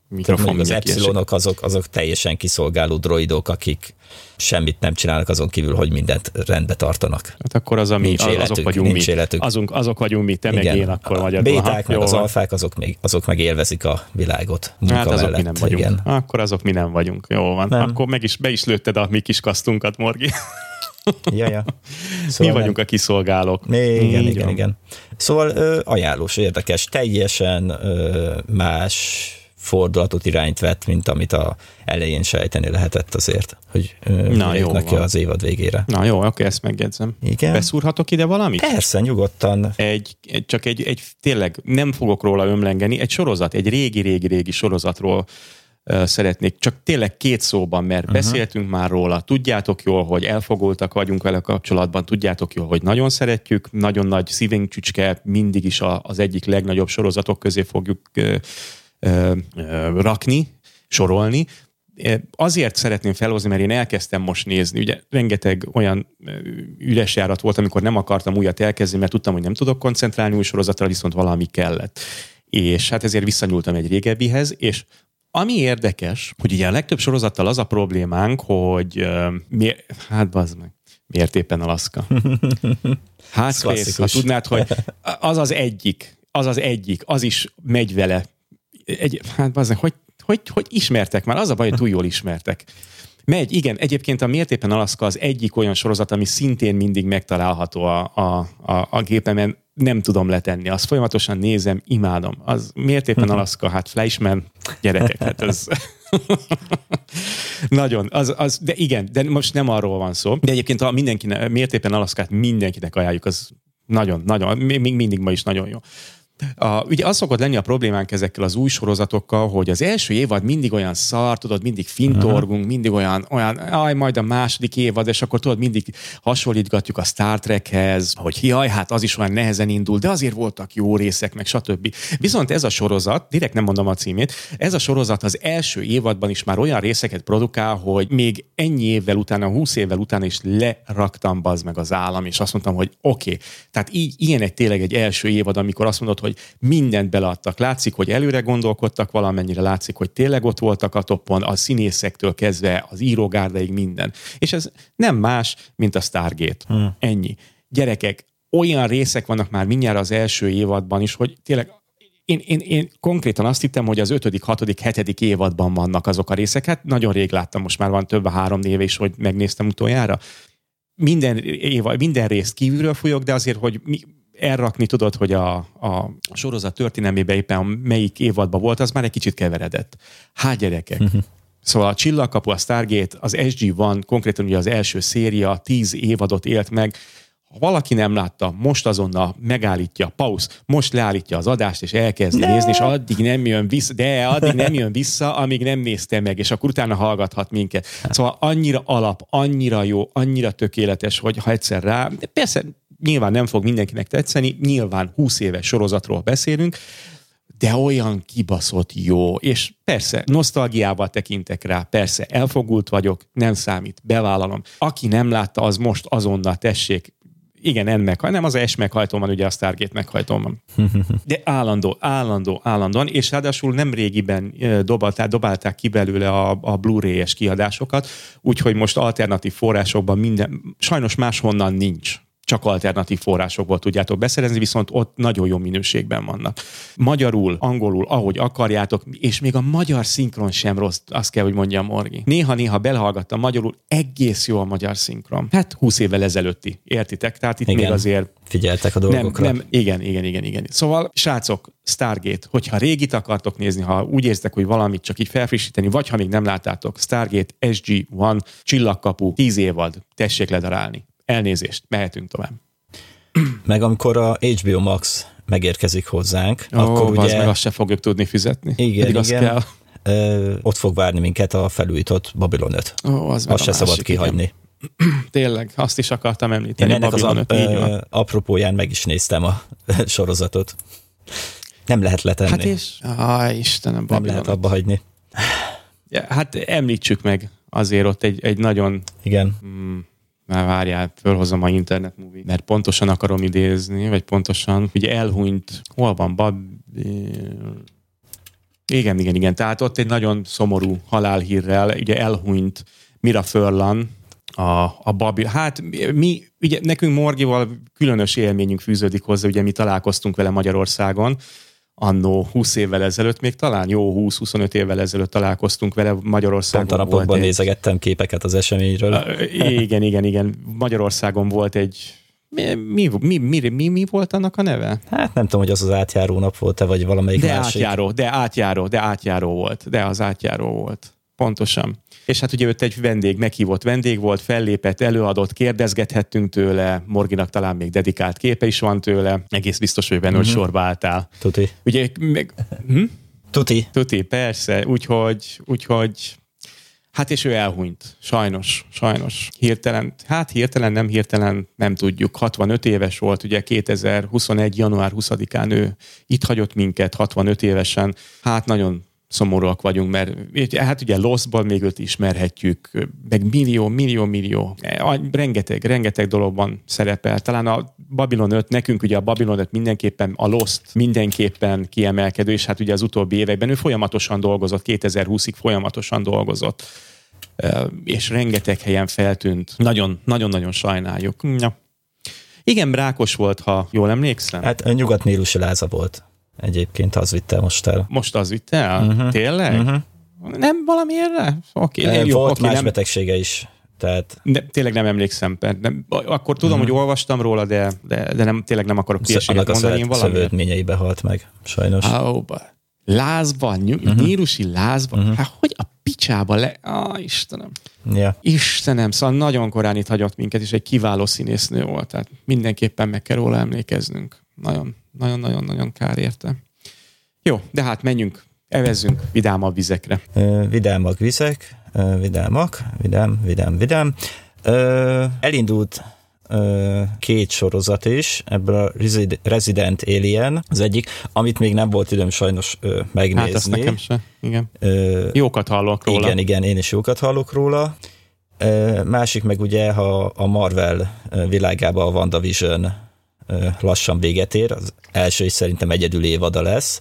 mikrofon. Az epsilonok azok, azok teljesen kiszolgáló droidok, akik semmit nem csinálnak azon kívül, hogy mindent rendbe tartanak. Hát akkor az, ami, nincs az, életük, azok vagyunk nincs mi. Életük. Azunk, azok vagyunk mi, te igen, meg én, akkor a béták, meg az van. alfák, azok, még, azok meg élvezik a világot. Hát azok mellett, mi nem vagyunk. Igen. Akkor azok mi nem vagyunk. Jó van. Nem. Akkor meg is, be is lőtted a mi kis kasztunkat, Morgi. Ja, ja. Szóval mi vagyunk nem... a kiszolgálók. Igen, igen, igen, igen. Szóval ö, ajánlós, érdekes, teljesen ö, más fordulatot irányt vett, mint amit a elején sejteni lehetett azért, hogy Na, jó neki az évad végére. Na jó, oké, ezt megjegyzem. Igen. Beszúrhatok ide valamit? Persze, nyugodtan. Egy, egy, csak egy, egy, tényleg nem fogok róla ömlengeni, egy sorozat, egy régi-régi-régi sorozatról uh, szeretnék, csak tényleg két szóban, mert uh-huh. beszéltünk már róla, tudjátok jól, hogy elfogultak vagyunk vele kapcsolatban, tudjátok jól, hogy nagyon szeretjük, nagyon nagy szívünk csücske, mindig is a, az egyik legnagyobb sorozatok közé fogjuk uh, Ö, ö, rakni, sorolni. Azért szeretném felhozni, mert én elkezdtem most nézni. Ugye rengeteg olyan üres járat volt, amikor nem akartam újat elkezdeni, mert tudtam, hogy nem tudok koncentrálni új sorozatra, viszont valami kellett. És hát ezért visszanyúltam egy régebbihez, és ami érdekes, hogy ugye a legtöbb sorozattal az a problémánk, hogy uh, mi, hát bazd meg, miért éppen Alaszka? Hát Space, ha tudnád, hogy az az egyik, az az egyik, az is megy vele. Egy, hát bazdmeg, hogy, hogy, hogy ismertek már? Az a baj, hogy túl jól ismertek. Megy, igen, egyébként a Miért éppen Alaszka az egyik olyan sorozat, ami szintén mindig megtalálható a, a, a, a gépemen, nem tudom letenni. Azt folyamatosan nézem, imádom. Az Miért éppen Alaszka? Hát Fleischmann, gyerekek, hát ez... Nagyon, az, az, de igen, de most nem arról van szó. De egyébként a mindenkinek, Miért éppen Alaszkát mindenkinek ajánljuk, az nagyon, nagyon, még mindig ma is nagyon jó. A, ugye az szokott lenni a problémánk ezekkel az új sorozatokkal, hogy az első évad mindig olyan szar, tudod, mindig fintorgunk, mindig olyan, olyan, aj, majd a második évad, és akkor tudod, mindig hasonlítgatjuk a Star Trekhez, hogy jaj, hát az is olyan nehezen indul, de azért voltak jó részek, meg stb. Viszont ez a sorozat, direkt nem mondom a címét, ez a sorozat az első évadban is már olyan részeket produkál, hogy még ennyi évvel utána, húsz évvel utána is leraktam bazd meg az állam, és azt mondtam, hogy oké. Okay. Tehát így, ilyen egy tényleg egy első évad, amikor azt mondod, hogy mindent beleadtak. Látszik, hogy előre gondolkodtak valamennyire, látszik, hogy tényleg ott voltak a toppon, a színészektől kezdve az írógárdáig minden. És ez nem más, mint a Stargate. Hmm. Ennyi. Gyerekek, olyan részek vannak már mindjárt az első évadban is, hogy tényleg én, én, én konkrétan azt hittem, hogy az ötödik, hatodik, hetedik évadban vannak azok a részek. Hát nagyon rég láttam, most már van több a három éve is, hogy megnéztem utoljára. Minden, évad, minden részt kívülről folyok, de azért, hogy mi, elrakni tudod, hogy a, a sorozat történelmében éppen melyik évadban volt, az már egy kicsit keveredett. Hát gyerekek. Uh-huh. Szóval a Csillagkapu, a Stargate, az es gé egy, konkrétan ugye az első széria, tíz évadot élt meg. Ha valaki nem látta, most azonnal megállítja, pauz, most leállítja az adást, és elkezd ne. nézni, és addig nem jön vissza, de addig nem jön vissza, amíg nem nézte meg, és akkor utána hallgathat minket. Szóval annyira alap, annyira jó, annyira tökéletes, hogy ha egyszer rá, de persze nyilván nem fog mindenkinek tetszeni, nyilván húsz éves sorozatról beszélünk, de olyan kibaszott jó, és persze nosztalgiával tekintek rá, persze elfogult vagyok, nem számít, bevállalom. Aki nem látta, az most azonnal tessék, igen, en meg, nem az es meghajtón van, ugye a Stargate meghajtón van. De állandó, állandó, állandóan, és ráadásul nem régiben dobálták, dobálták ki belőle a, a Blu-ray-es kiadásokat, úgyhogy most alternatív forrásokban minden, sajnos máshonnan nincs. Csak alternatív forrásokból tudjátok beszerezni, viszont ott nagyon jó minőségben vannak. Magyarul, angolul, ahogy akarjátok, és még a magyar szinkron sem rossz, azt kell, hogy mondjam, Morgi. Néha-néha belehallgattam magyarul, egész jó a magyar szinkron. Hát húsz évvel ezelőtti, értitek? Tehát itt igen, még azért... figyeltek a dolgokra. Nem, nem, igen, igen, igen, igen. Szóval, srácok, Stargate, hogyha régit akartok nézni, ha úgy érzitek, hogy valamit csak így felfrissíteni, vagy ha még nem láttátok, Stargate, es gé egy, Csillagkapu, tíz évad, tessék ledarálni. Elnézést, mehetünk tovább. Meg amikor a há bé o Max megérkezik hozzánk, oh, akkor ugye... meg azt se fogjuk tudni fizetni. Igen, igen. Kell. Ö, ott fog várni minket a felújított Babylon öt. Oh, az azt se szabad igen. kihagyni. Tényleg, azt is akartam említeni. Én ennek Babylon az a, apropóján meg is néztem a sorozatot. Nem lehet letenni. Hát és? Á, Istenem, Babylon nem lehet abba hagyni. Ja, hát említsük meg azért ott egy, egy nagyon... Igen. Mm, már várjál, fölhozom a Internet Movie, mert pontosan akarom idézni, vagy pontosan, ugye elhunyt, hol van, Bab... Igen, igen, igen. Tehát ott egy nagyon szomorú halálhírrel, ugye elhunyt Mira Furlan, a, a Babi. Hát mi, ugye nekünk Morgival különös élményünk fűződik hozzá, ugye mi találkoztunk vele Magyarországon, annó húsz évvel ezelőtt, még talán jó húsz-huszonöt évvel ezelőtt találkoztunk vele Magyarországon. Pont a napokban nézegettem képeket az eseményről. Igen, igen, igen. Magyarországon volt egy... Mi, mi, mi, mi, mi, mi volt annak a neve? Hát nem tudom, hogy az az átjáró nap volt-e, vagy valamelyik de másik. Átjáró, de átjáró, de átjáró volt. De az átjáró volt. Pontosan. És hát ugye ott egy vendég, meghívott vendég volt, fellépett, előadott, kérdezgethettünk tőle, Morginak talán még dedikált képe is van tőle, egész biztos, hogy benne, uh-huh. hogy sorba álltál. Tuti. Ugye, meg, hm? Tuti. Tuti, persze, úgyhogy, úgyhogy hát és ő elhunyt, sajnos, sajnos. Hirtelen, hát hirtelen, nem hirtelen, nem tudjuk. hatvanöt éves volt, ugye kétezer-huszonegy. január huszadikán ő itt hagyott minket, hatvanöt évesen. Hát nagyon szomorúak vagyunk, mert hát ugye Lost-ból még őt ismerhetjük, meg millió, millió, millió, rengeteg, rengeteg dologban szerepel. Talán a Babylon öt, nekünk ugye a Babylon öt mindenképpen, a Lost mindenképpen kiemelkedő, és hát ugye az utóbbi években ő folyamatosan dolgozott, kétezer-húszig folyamatosan dolgozott, és rengeteg helyen feltűnt. Nagyon, nagyon-nagyon sajnáljuk. Ja. Igen, rákos volt, ha jól emlékszem. Hát a nyugat-nílusi láza volt. Egyébként az vitte most el. Most az vitte el? Uh-huh. Tényleg? Uh-huh. Nem valamiérre? Oké, okay, nem, jó, volt oké, más nem, betegsége is. Tehát... De, tényleg nem emlékszem. Nem, akkor tudom, uh-huh. hogy olvastam róla, de, de, de nem, tényleg nem akarok hülyeséget mondani. Annak a szövődményeibe halt meg, sajnos. Oh, lázban, ny- uh-huh. nílusi lázban? Uh-huh. Hát hogy a picsába le... Ah, Istenem. Yeah. Istenem, szóval nagyon korán itt hagyott minket, és egy kiváló színésznő volt. Tehát mindenképpen meg kell róla emlékeznünk. Nagyon, nagyon, nagyon, nagyon kár érte. Jó, de hát menjünk, evezzünk vidámabb vizekre. Uh, vidámak vizek, uh, vidámak, vidám, vidám, vidám. Uh, elindult uh, két sorozat is, ebből a Resident Alien, az egyik, amit még nem volt időm sajnos uh, megnézni. Hát azt nekem se, igen. Uh, jókat hallok róla. Igen, igen, én is jókat hallok róla. Uh, másik meg ugye, ha a Marvel világában a WandaVision lassan véget ér, az első is szerintem egyedül évada lesz.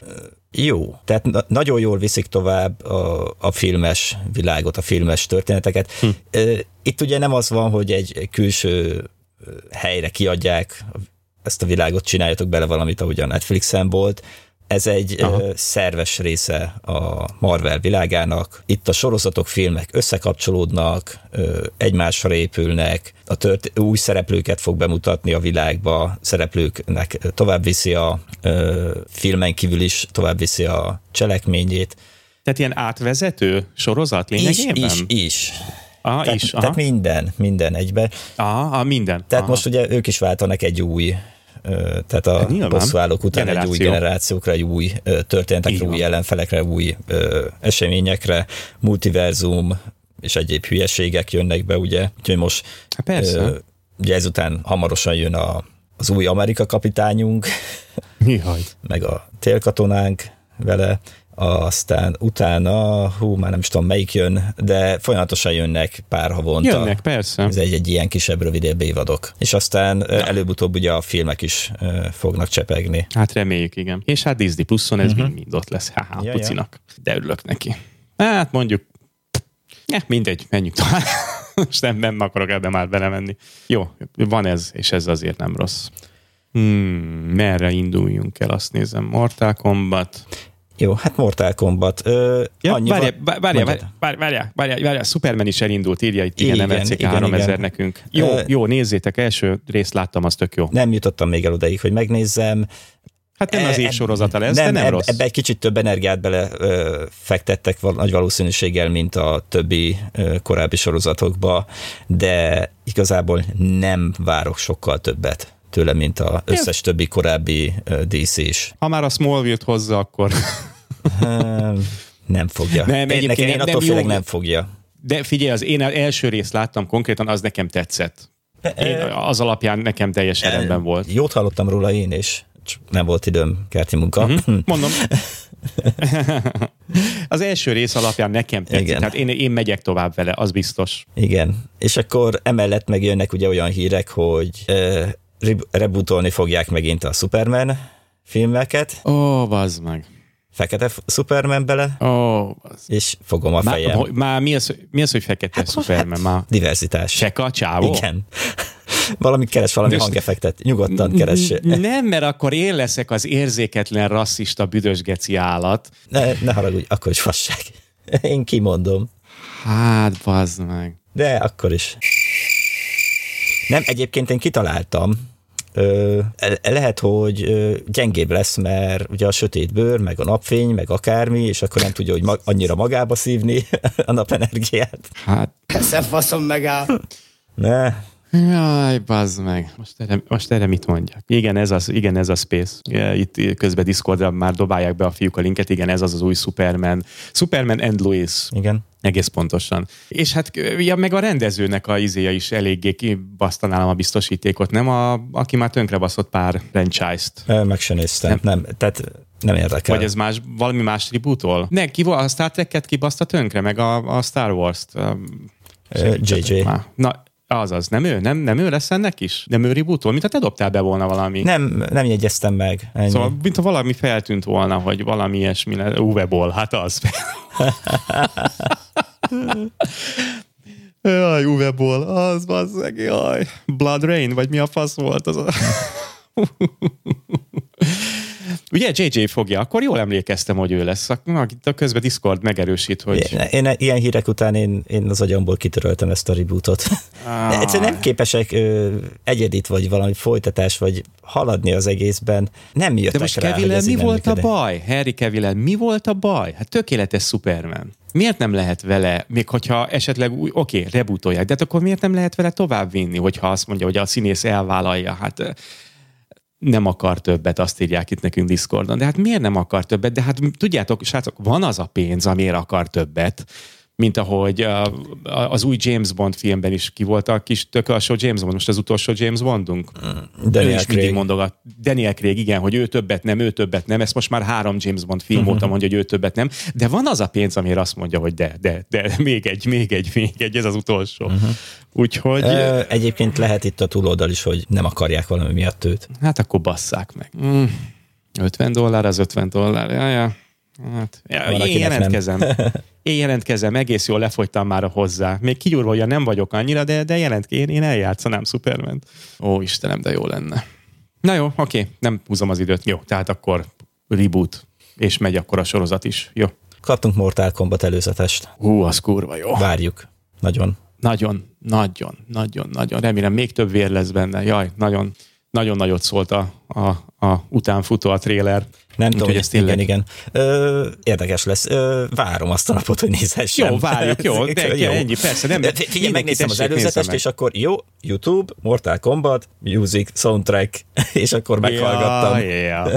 Jó, tehát na- nagyon jól viszik tovább a, a filmes világot, a filmes történeteket. Hm. Itt ugye nem az van, hogy egy külső helyre kiadják, ezt a világot csináljatok bele valamit, ahogy a Netflixen volt. Ez egy Aha. szerves része a Marvel világának. Itt a sorozatok, filmek összekapcsolódnak, egymásra épülnek, a tört- új szereplőket fog bemutatni a világba, szereplőknek tovább viszi a ö, filmen kívül is, tovább viszi a cselekményét. Tehát ilyen átvezető sorozat lényegében? Is, is, is. Aha, tehát, is, aha. tehát minden, minden egyben. Aha, minden. Tehát aha. most ugye ők is váltanak egy új, tehát a bosszúállók után Generáció. egy új generációkra, egy új történetekre, új ellenfelekre, új ö, eseményekre, multiverzum és egyéb hülyeségek jönnek be, ugye. Úgyhogy most hát persze. Ö, ugye ezután hamarosan jön a, az új Amerika kapitányunk, Mihaj. meg a télkatonánk vele, aztán utána, hú, már nem is tudom melyik jön, de folyamatosan jönnek pár havonta. Jönnek, persze. Ez egy, egy ilyen kisebb, rövidebb évadok. És aztán ja. előbb-utóbb ugye a filmek is uh, fognak csepegni. Hát reméljük, igen. És hát Disney Pluszon ez uh-huh. mind ott lesz. Há, ja, pucinak. Ja. De örülök neki. Hát mondjuk, ja, mindegy, menjünk tovább. Most nem, nem akarok ebbe már belemenni. Jó, van ez, és ez azért nem rossz. Hmm, merre induljunk el, azt nézem. Mortal Kombat. Jó, hát Mortal Kombat. Ö, ja, várjál, várjál, várjál, várjál, várjál, Superman is elindult, írja itt igen, igen, igen háromezer nekünk. Jó, Ö, jó, nézzétek, első részt láttam, az tök jó. Nem jutottam még el odaig, hogy megnézzem. Hát nem az évsorozata lesz, nem, de nem eb, rossz. Ebbe egy kicsit több energiát bele ö, fektettek val- nagy valószínűséggel, mint a többi ö, korábbi sorozatokba, de igazából nem várok sokkal többet tőle, mint az összes többi korábbi uh, dé cé is. Ha már a Smallville-t hozza, akkor... nem fogja. Nem, én, nekem, én attól félek nem fogja. De figyelj, az én első részt láttam konkrétan, az nekem tetszett. Én, az alapján nekem teljesen rendben volt. Jót hallottam róla én is, csak nem volt időm, kerti munka. Uh-huh. Mondom. Az első rész alapján nekem tetszik. Igen. Tehát én, én megyek tovább vele, az biztos. Igen. És akkor emellett megjönnek ugye olyan hírek, hogy... Uh, rebootolni fogják megint a Superman filmeket. Ó, bazd meg. fekete Superman bele, oh, és fogom a fejem. Már, már mi, az, mi az, hogy fekete hát Superman? Hát, már diverzitás. Seka, csávó? Igen. Valamit keres, valami most hangeffektet. Nyugodtan keres. Nem, mert akkor én leszek az érzéketlen, rasszista, büdös geci állat. Ne, ne haragudj, akkor is fasság. Én kimondom. Hát, bazd meg. De akkor is. Nem, egyébként én kitaláltam, Ö, lehet, hogy ö, gyengébb lesz, mert ugye a sötét bőr, meg a napfény, meg akármi, és akkor nem tudja, hogy ma- annyira magába szívni a napenergiát. Hát... Esze faszom megáll. Ne. Jaj, bazd meg. Most erre, most erre mit mondjak? Igen, ez az, igen, ez a Space. Itt közben Discordra már dobálják be a fiúk a linket. Igen, ez az az új Superman. Superman and Lois. Igen. Egész pontosan. És hát ja, meg a rendezőnek a izéja is eléggé kibaszta nálam a biztosítékot, nem? A, aki már tönkrebaszott pár franchise-t. Meg sem néztem. Nem. nem, tehát nem érdekel. Vagy ez más, valami más rebootol? Ne, ki, a Star Trek-et kibaszta tönkre, meg a, a Star Wars-t. jé jé. Na, azaz, nem ő? Nem, nem ő lesz ennek is? Nem ő rebootol? Mint ha te dobtál be volna valami. Nem, nem jegyeztem meg. Ennyi. Szóval, mint ha valami feltűnt volna, hogy valami ilyesmi, Uwe Boll, hát az. Jaj, Uwe Boll, az bazzeg, jaj. Blood Rain, vagy mi a fasz volt az a... Ugye jé jé fogja, akkor jól emlékeztem, hogy ő lesz. Itt a közben Discord megerősít, hogy... Én, én ilyen hírek után én, én az agyamból kitöröltem ezt a rebootot. Ah. Egyszerűen nem képesek ö, egyedit, vagy valami folytatás, vagy haladni az egészben. Nem jöttek rá, de most Cavill-el mi volt működik. A baj? Harry Cavill-el mi volt a baj? Hát tökéletes Superman. Miért nem lehet vele, még hogyha esetleg új, oké, okay, rebootolják, de hát akkor miért nem lehet vele tovább vinni, hogyha azt mondja, hogy a színész elvállalja? Hát... nem akar többet, azt írják itt nekünk Discordon. De hát miért nem akar többet? De hát tudjátok, srácok, van az a pénz, amiért akar többet, mint ahogy az új James Bond filmben is ki volt a kis tök alsó James Bond, most az utolsó James Bondunk. Daniel ő is Craig. mindig mondogat. Daniel Craig, igen, hogy ő többet nem, ő többet nem. Ezt most már három James Bond film uh-huh. óta mondja, hogy ő többet nem. De van az a pénz, amire azt mondja, hogy de, de, de, még egy, még egy, még egy, ez az utolsó. Uh-huh. Úgyhogy... Ö, egyébként lehet itt a túloldal is, hogy nem akarják valami miatt őt. Hát akkor basszák meg. Mm. ötven dollár az ötven dollár. Ja, ja. Hát, ja, én jelentkezem. Én jelentkezem, egész jól lefogytam már hozzá. Még kigyúrva, hogy nem vagyok annyira, de, de jelent, én, én eljátszanám Superman-t. Ó, Istenem, de jó lenne. Na jó, oké, nem húzom az időt. Jó, tehát akkor reboot, és megy akkor a sorozat is. Jó. Kaptunk Mortal Kombat előzetest. Hú, az kurva jó. Várjuk. Nagyon. Nagyon, nagyon, nagyon, nagyon. Remélem, még több vér lesz benne. Jaj, nagyon, nagyon nagyot szólt a, a, a utánfutó a tréler. Nem tudom, hogy ezt igen, igen. Ö, érdekes lesz. Ö, várom azt a napot, hogy nézhessem. Jó, várjuk, jó. De jó. Ennyi, persze. Nem, figyelj, megnéztem az előzetest, és akkor jó, YouTube, Mortal Kombat, Music, Soundtrack, és akkor meghallgattam. Ja, ja.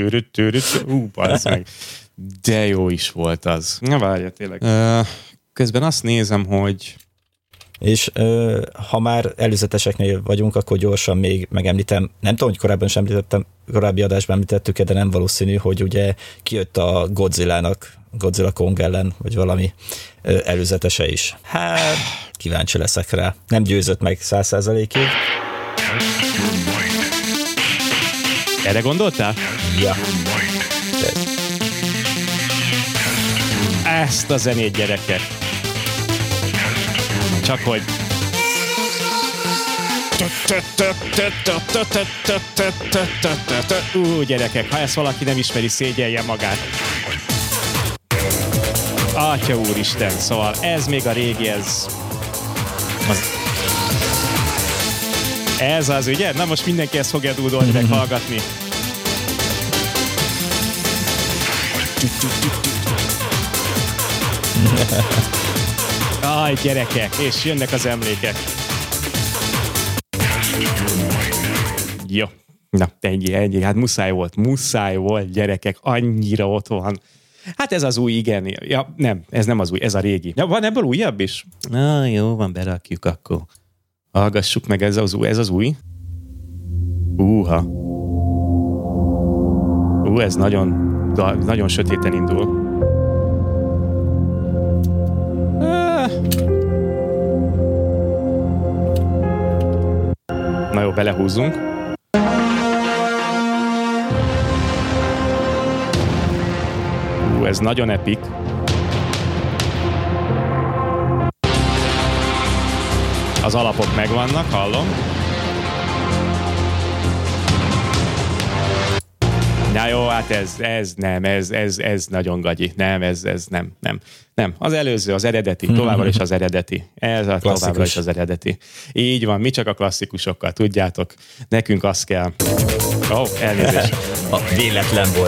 Ú, meg. De jó is volt az. Na várja, tényleg. Uh, közben azt nézem, hogy és ö, ha már előzeteseknél vagyunk, akkor gyorsan még megemlítem, nem tudom, hogy korábban sem említettem, korábbi adásban említettük, de nem valószínű, hogy ugye kijött a Godzilla-nak, Godzilla Kong ellen, vagy valami ö, előzetese is. Hát, kíváncsi leszek rá. Nem győzött meg száz százalékig. Erre gondoltál? Ja. Ezt a zenét, gyerekek. Csak hogy... Ú, gyerekek, ha ezt valaki nem ismeri, szégyelje magát. Atya úristen, szóval ez még a régi, ez... Az... Ez az, ugye? Na most mindenki ezt fogja dúdolni, meg hallgatni. Aj, gyerekek, és jönnek az emlékek. Jó. Na, ennyi, ennyi. Hát muszáj volt, muszáj volt, gyerekek, annyira ott van. Hát ez az új, igen. Ja, nem, ez nem az új, ez a régi. Ja, van ebből újabb is? Na, jó, van, berakjuk akkor. Hallgassuk meg, ez az új. Ez az új? Úha. Ú, ez nagyon, nagyon sötéten indul. Na jó, belehúzzunk. ez nagyon epik. Az alapok megvannak, hallom. Na jó, hát ez, ez nem, ez, ez, ez nagyon gagyi. Nem, ez, ez nem, nem. Nem, az előző, az eredeti, továbbra is az eredeti. Ez a Klasszikus. továbbra is az eredeti. Így van, mi csak a klasszikusokkal, tudjátok. Nekünk az kell. Ó, oh, elnézést. A véletlen volt.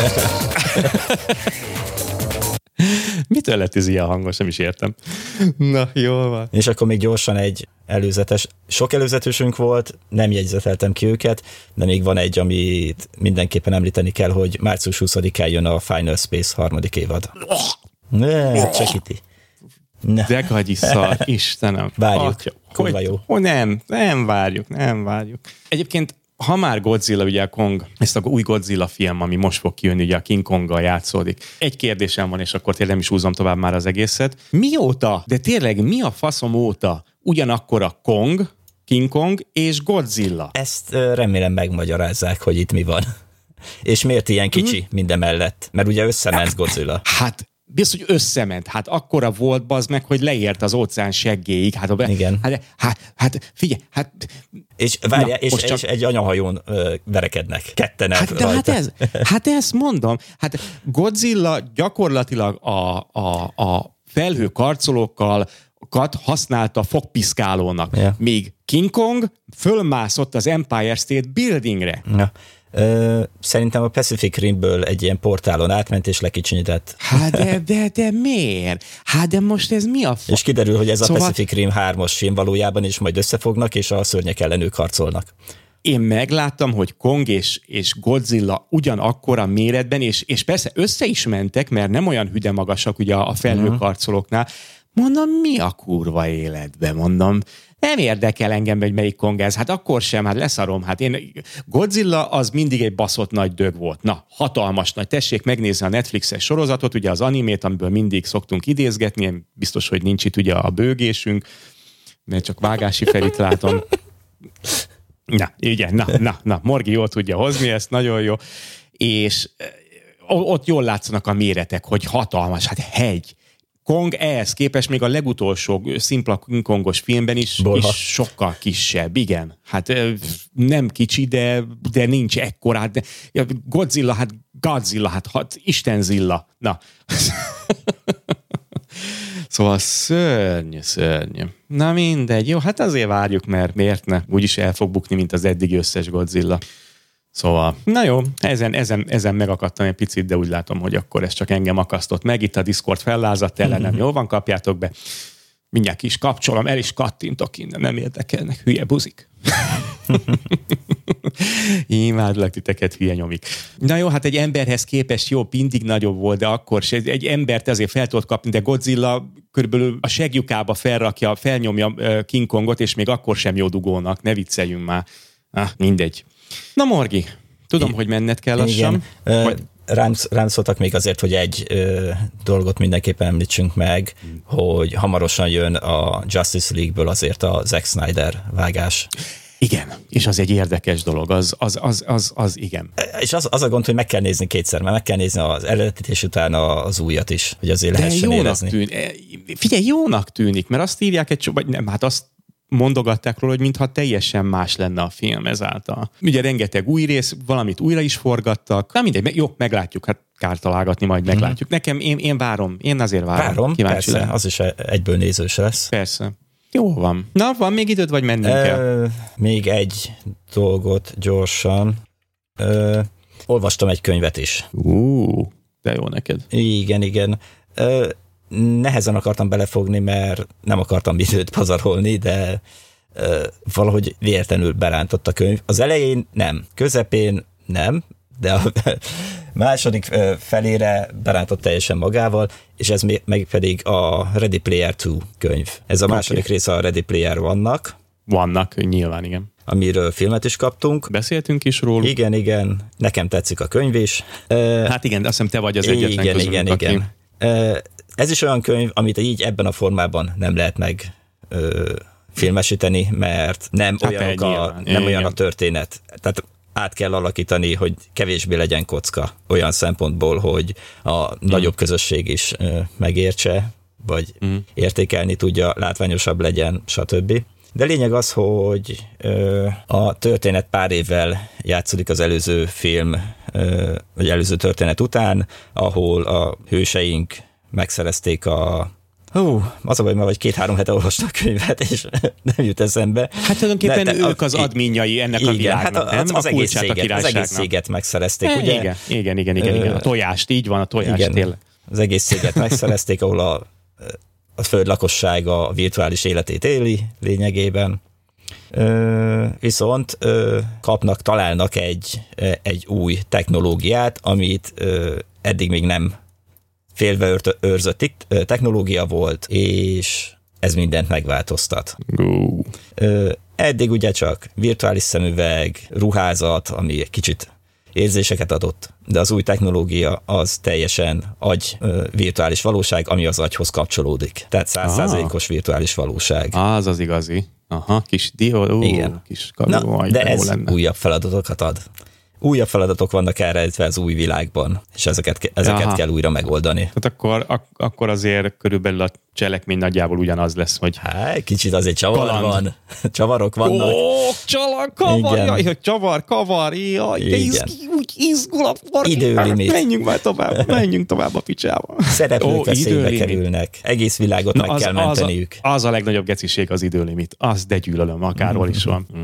Mitől lett ez ilyen hangos? Nem is értem. Na, jól van. És akkor még gyorsan egy előzetes, sok előzetősünk volt, nem jegyzeteltem ki őket, de még van egy, amit mindenképpen említeni kell, hogy március huszadikán jön a Final Space harmadik évad. Ne, csakíti. De gagyi szar, Istenem. Várjuk, Atya, kurva hogy, jó. Hogy nem, nem várjuk, nem várjuk. Egyébként, ha már Godzilla, ugye a Kong, ezt a új Godzilla film, ami most fog kijönni, ugye a King Konggal játszódik. Egy kérdésem van, és akkor tényleg nem is húzom tovább már az egészet. Mióta, de tényleg mi a faszom óta ugyanakkor a Kong, King Kong és Godzilla? Ezt ö, remélem megmagyarázzák, hogy itt mi van. És miért ilyen kicsi minden mellett? Mert ugye összement Godzilla. Hát, biztos, hogy összement. Hát akkora volt, bazd meg, hogy leért az óceán seggéig. Hát, a, Igen. Hát, hát, hát figyelj, hát... És várja, Na, és, csak... és egy anyahajón ö, verekednek, ketten el Hát, de hát, ez, hát ezt mondom. Hát Godzilla gyakorlatilag a, a, a felhőkarcolókkal használta fogpiszkálónak. Ja. Míg King Kong fölmászott az Empire State Buildingre. Ja. Ö, szerintem a Pacific Rimből egy ilyen portálon átment és lekicsinyített. Hát de, de, de miért? Hát de most ez mi a fa... És kiderül, hogy ez Szóval... a Pacific Rim hármas film valójában is majd összefognak, és a szörnyek ellen ők harcolnak. Én megláttam, hogy Kong és, és Godzilla ugyanakkora méretben, és, és persze össze is mentek, mert nem olyan hüde magasak ugye a felhőkarcolóknál. Mondom, mi a kurva életbe, mondom. Nem érdekel engem, hogy melyik Kong ez. Hát akkor sem, hát leszarom. Hát én, Godzilla az mindig egy baszott nagy dög volt. Na, hatalmas nagy. Tessék megnézni a Netflixes sorozatot, ugye az animét, amiből mindig szoktunk idézgetni. Én biztos, hogy nincs itt ugye a bőgésünk, mert csak Vágási Ferit látom. Na, igen, na, na, na, Morgi jól tudja hozni ezt, nagyon jó. És ott jól látszanak a méretek, hogy hatalmas, hát hegy. Kong ehhez képest még a legutolsó szimpla King Kongos filmben is, is sokkal kisebb, igen. Hát nem kicsi, de, de nincs ekkorá. De Godzilla, hát Godzilla, hát, hát Istenzilla. Na. Szóval szörny, szörny. Na mindegy, jó, hát azért várjuk, mert miért ne? Úgyis el fog bukni, mint az eddigi összes Godzilla. Szóval, na jó, ezen, ezen, ezen megakadtam egy picit, de úgy látom, hogy akkor ez csak engem akasztott meg. Itt a Discord fellázadt ellenem, jól van, kapjátok be. Mindjárt ki is kapcsolom, el is kattintok innen, nem érdekelnek, hülye buzik. Imádlak titeket, hülye nyomik. Na jó, hát egy emberhez képest jó, mindig nagyobb volt, de akkor se. Egy embert azért fel tudod kapni, de Godzilla körülbelül a segjukába felrakja, felnyomja King Kongot, és még akkor sem jó dugónak, ne vicceljünk már. Ah, mindegy. Na Morgi, tudom, I- hogy menned kell lassan. Igen. Vagy... Rám, rám szóltak még azért, hogy egy ö, dolgot mindenképpen említsünk meg, hmm. hogy hamarosan jön a Justice League-ből azért a Zack Snyder vágás. Igen, és az egy érdekes dolog, az, az, az, az, az igen. És az, az a gond, hogy meg kell nézni kétszer, mert meg kell nézni az eredetit, és utána az újat is, hogy azért De lehessen jónak érezni. Tűn, figyelj, jónak tűnik, mert azt írják egy vagy nem, hát azt mondogatták róla, hogy mintha teljesen más lenne a film ezáltal. Ugye rengeteg új rész, valamit újra is forgattak. Na mindegy, jó, meglátjuk, hát kár találgatni, majd meglátjuk. Mm. Nekem, én, én várom, én azért várom. Várom, Kíváncsi persze, le. az is egyből nézős lesz. Persze. Jó van. Na, van még időd, vagy mennünk Ö, kell? Még egy dolgot gyorsan. Ö, olvastam egy könyvet is. Ú, de jó neked. Igen, igen. Ö, nehezen akartam belefogni, mert nem akartam időt pazarolni, de ö, valahogy véletlenül berántott a könyv. Az elején nem, közepén nem, de a második felére berántott teljesen magával, és ez meg pedig a Ready Player kettő könyv. Ez a okay. második része a Ready Player vannak. Vannak, nyilván, igen. Amiről filmet is kaptunk. Beszéltünk is róla. Igen, igen. Nekem tetszik a könyv is. Hát igen, azt hiszem te vagy az egyetlen igen, közülünk, igen, aki... igen. Ez is olyan könyv, amit így ebben a formában nem lehet meg ö, filmesíteni, mert nem, hát olyanok a, nem olyan a történet. Tehát át kell alakítani, hogy kevésbé legyen kocka. Olyan szempontból, hogy a nagyobb közösség is megértse, vagy mm. értékelni tudja, látványosabb legyen, stb. De lényeg az, hogy a történet pár évvel játszódik az előző film, vagy előző történet után, ahol a hőseink megszerezték a Hú, az a baj, vagy két-három hete olvastam a könyvet, és nem jut eszembe. Hát tulajdonképpen de, ők az adminjai ennek igen, a világnak, hát nem? Az, a egész céget, az egész céget megszerezték, ugye? Igen, igen, igen, igen, igen. A tojást, így van, a tojást igen, tényleg. Az egész céget megszerezték, ahol a, a föld lakossága a virtuális életét éli lényegében. Ö, viszont ö, kapnak, találnak egy, egy új technológiát, amit ö, eddig még nem félve őrzött technológia volt, és ez mindent megváltoztat. Uh. Eddig ugye csak virtuális szemüveg, ruházat, ami egy kicsit érzéseket adott, de az új technológia az teljesen agy virtuális valóság, ami az agyhoz kapcsolódik. Tehát száz százalékos virtuális valóság. Az az igazi. Aha, kis dió, ú, igen. Kis karu, Na, de ez lenne. Újabb feladatokat ad. Újabb feladatok vannak elrejtve az új világban, és ezeket, ezeket kell újra megoldani. Tehát akkor, ak- akkor azért körülbelül a cselekmény nagyjából ugyanaz lesz, hogy... Hát, kicsit azért csavar kaland. Van. Csavarok vannak. Ó, csavar, kavar, jaj, hogy csavar, kavar, jaj, de iz, úgy izgul a parki. Időlimit. Menjünk már tovább, menjünk tovább a picsába. Szereplők veszélybe kerülnek. Egész világot Na, meg az, kell menteniük. Az a, az a legnagyobb geciség az időlimit. Az de gyűlölöm, akárhol mm. is van. Mm.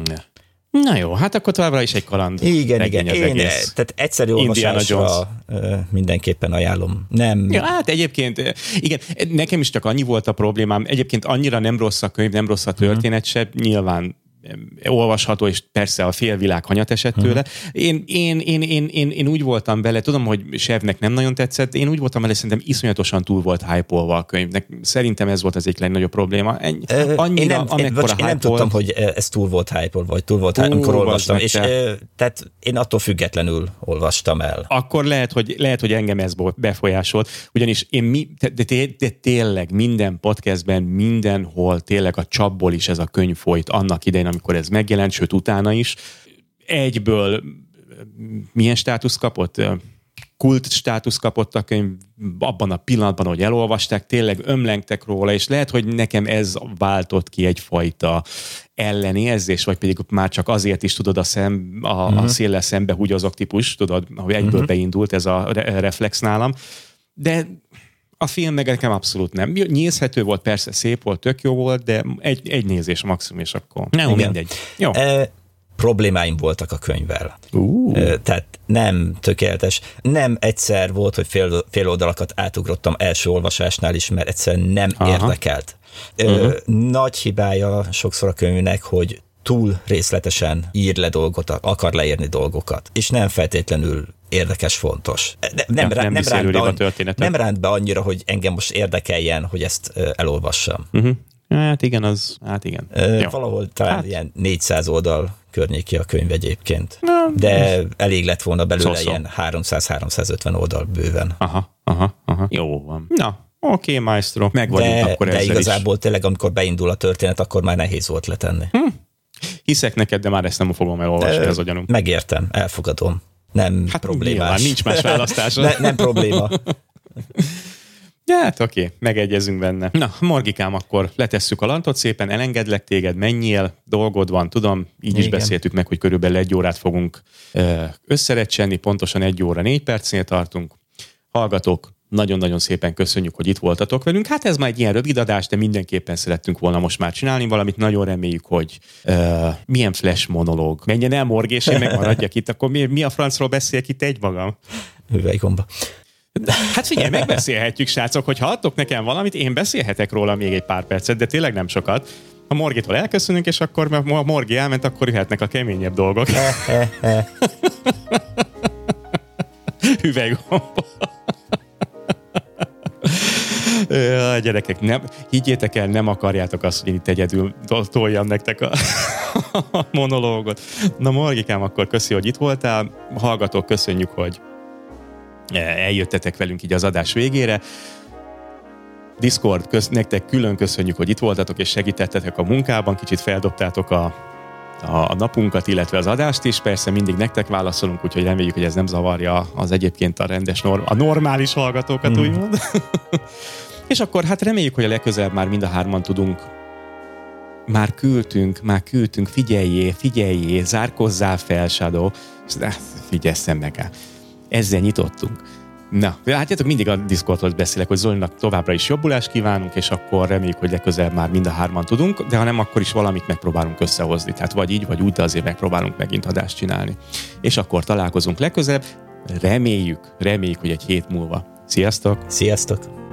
Na jó, hát akkor továbbra is egy kaland. Igen, igen. Én, tehát egyszerű olvasásra mindenképpen ajánlom. Nem. Ja, hát egyébként, igen, nekem is csak annyi volt a problémám. Egyébként annyira nem rossz a könyv, nem rossz a történet se, nyilván olvasható, és persze a félvilág hanyat esett tőle. Én, én, én, én, én, én úgy voltam vele, tudom, hogy Sevnek nem nagyon tetszett, én úgy voltam vele, szerintem iszonyatosan túl volt hype-olva a könyvnek. Szerintem ez volt az egyik legnagyobb probléma. Ennyi, annyira, én nem, én, bocs, én nem tudtam, hogy ez túl volt hype-olva, vagy túl volt hype, amikor olvastam, és te. Tehát én attól függetlenül olvastam el. Akkor lehet, hogy, lehet, hogy engem ez befolyásolt, ugyanis én mi, de, de, de tényleg minden podcastben, mindenhol tényleg a csapból is ez a könyv folyt annak idején, amikor ez megjelent, sőt utána is. Egyből milyen státusz kapott? Kult státusz kapott a könyv abban a pillanatban, hogy elolvasták, tényleg ömlengtek róla, és lehet, hogy nekem ez váltott ki egyfajta ellenérzés, vagy pedig már csak azért is, tudod, a, szem, a, uh-huh. a széllel szembe húgyozok típus, tudod, hogy egyből uh-huh. beindult ez a re- reflex nálam. De a film meg nekem abszolút nem. Nézhető volt, persze szép volt, tök jó volt, de egy, egy nézés maximum, és akkor nem mindegy. Jó. E, problémáim voltak a könyvvel. Uh. E, tehát nem tökéletes. Nem egyszer volt, hogy fél, fél oldalakat átugrottam első olvasásnál is, mert egyszerűen nem Aha. érdekelt. E, uh-huh. Nagy hibája sokszor a könyvnek, hogy túl részletesen ír le dolgot, akar leírni dolgokat, és nem feltétlenül érdekes, fontos. Ne, nem, ja, rá, nem, nem, ránt be, annyi, nem ránt be annyira, hogy engem most érdekeljen, hogy ezt uh, elolvassam. Uh-huh. Hát igen, az, hát igen. Uh, valahol talán hát. ilyen négyszáz oldal környéki a könyv egyébként. Na, de elég lett volna belőle szó-szó. Ilyen háromszáz-háromszázötven oldal bőven. Aha, aha, aha. Jó van. Na, oké, okay, maestro, meg vagyunk de, akkor de ezzel igazából is. Tényleg, amikor beindul a történet, akkor már nehéz volt letenni. Hm. Hiszek neked, de már ezt nem fogom elolvasni, de, ez a gyanúm. Megértem, elfogadom. Nem hát problémás. Nyilván, nincs más választása. ne, nem probléma. Ja, hát oké, okay, megegyezünk benne. Na, Morgikám, akkor letesszük a lantot szépen, elengedlek téged, menjél, dolgod van, tudom, így Igen. is beszéltük meg, hogy körülbelül egy órát fogunk összerecsenni, pontosan egy óra négy percnél tartunk. Hallgatók, nagyon-nagyon szépen köszönjük, hogy itt voltatok velünk. Hát ez már egy ilyen rövid adás, de mindenképpen szerettünk volna most már csinálni valamit. Nagyon reméljük, hogy uh, milyen flash monológ. Menjen el, Morg, és én megmaradjak itt. Akkor mi, mi a francról beszéljek itt egymagam? Hüvelygomba. Hát figyelj, megbeszélhetjük, srácok, hogy ha adtok nekem valamit, én beszélhetek róla még egy pár percet, de tényleg nem sokat. A Morgitól elköszönünk, és akkor a Morgi elment, akkor jöhetnek a keményebb dolgok. Hüvelygomba. Ja, gyerekek, nem, higgyétek el, nem akarjátok azt, hogy én itt egyedül toljam nektek a, a monológot. Na, Morgikám, akkor köszi, hogy itt voltál. Hallgatók, köszönjük, hogy eljöttetek velünk így az adás végére. Discord, kösz, nektek külön köszönjük, hogy itt voltatok, és segítettetek a munkában, kicsit feldobtátok a, a napunkat, illetve az adást is. Persze mindig nektek válaszolunk, úgyhogy reméljük, hogy ez nem zavarja az egyébként a rendes, norm- a normális hallgatókat, mm. úgymond. És akkor hát reméljük, hogy a legközelebb már mind a hárman tudunk. Már küldtünk, már küldtünk, figyeljé, figyeljé, zárkozzál fel, Shadow. Figyesszem meg. Ezzel nyitottunk. Na, látjátok, mindig a Discordhoz beszélek, hogy Zolinak továbbra is jobbulást kívánunk, és akkor reméljük, hogy legközelebb már mind a hárman tudunk, de ha nem, akkor is valamit megpróbálunk összehozni. Tehát vagy így, vagy úgy, de azért megpróbálunk megint adást csinálni. És akkor találkozunk legközelebb. Reméljük, reméljük, hogy egy hét múlva. Sziasztok! Sziasztok!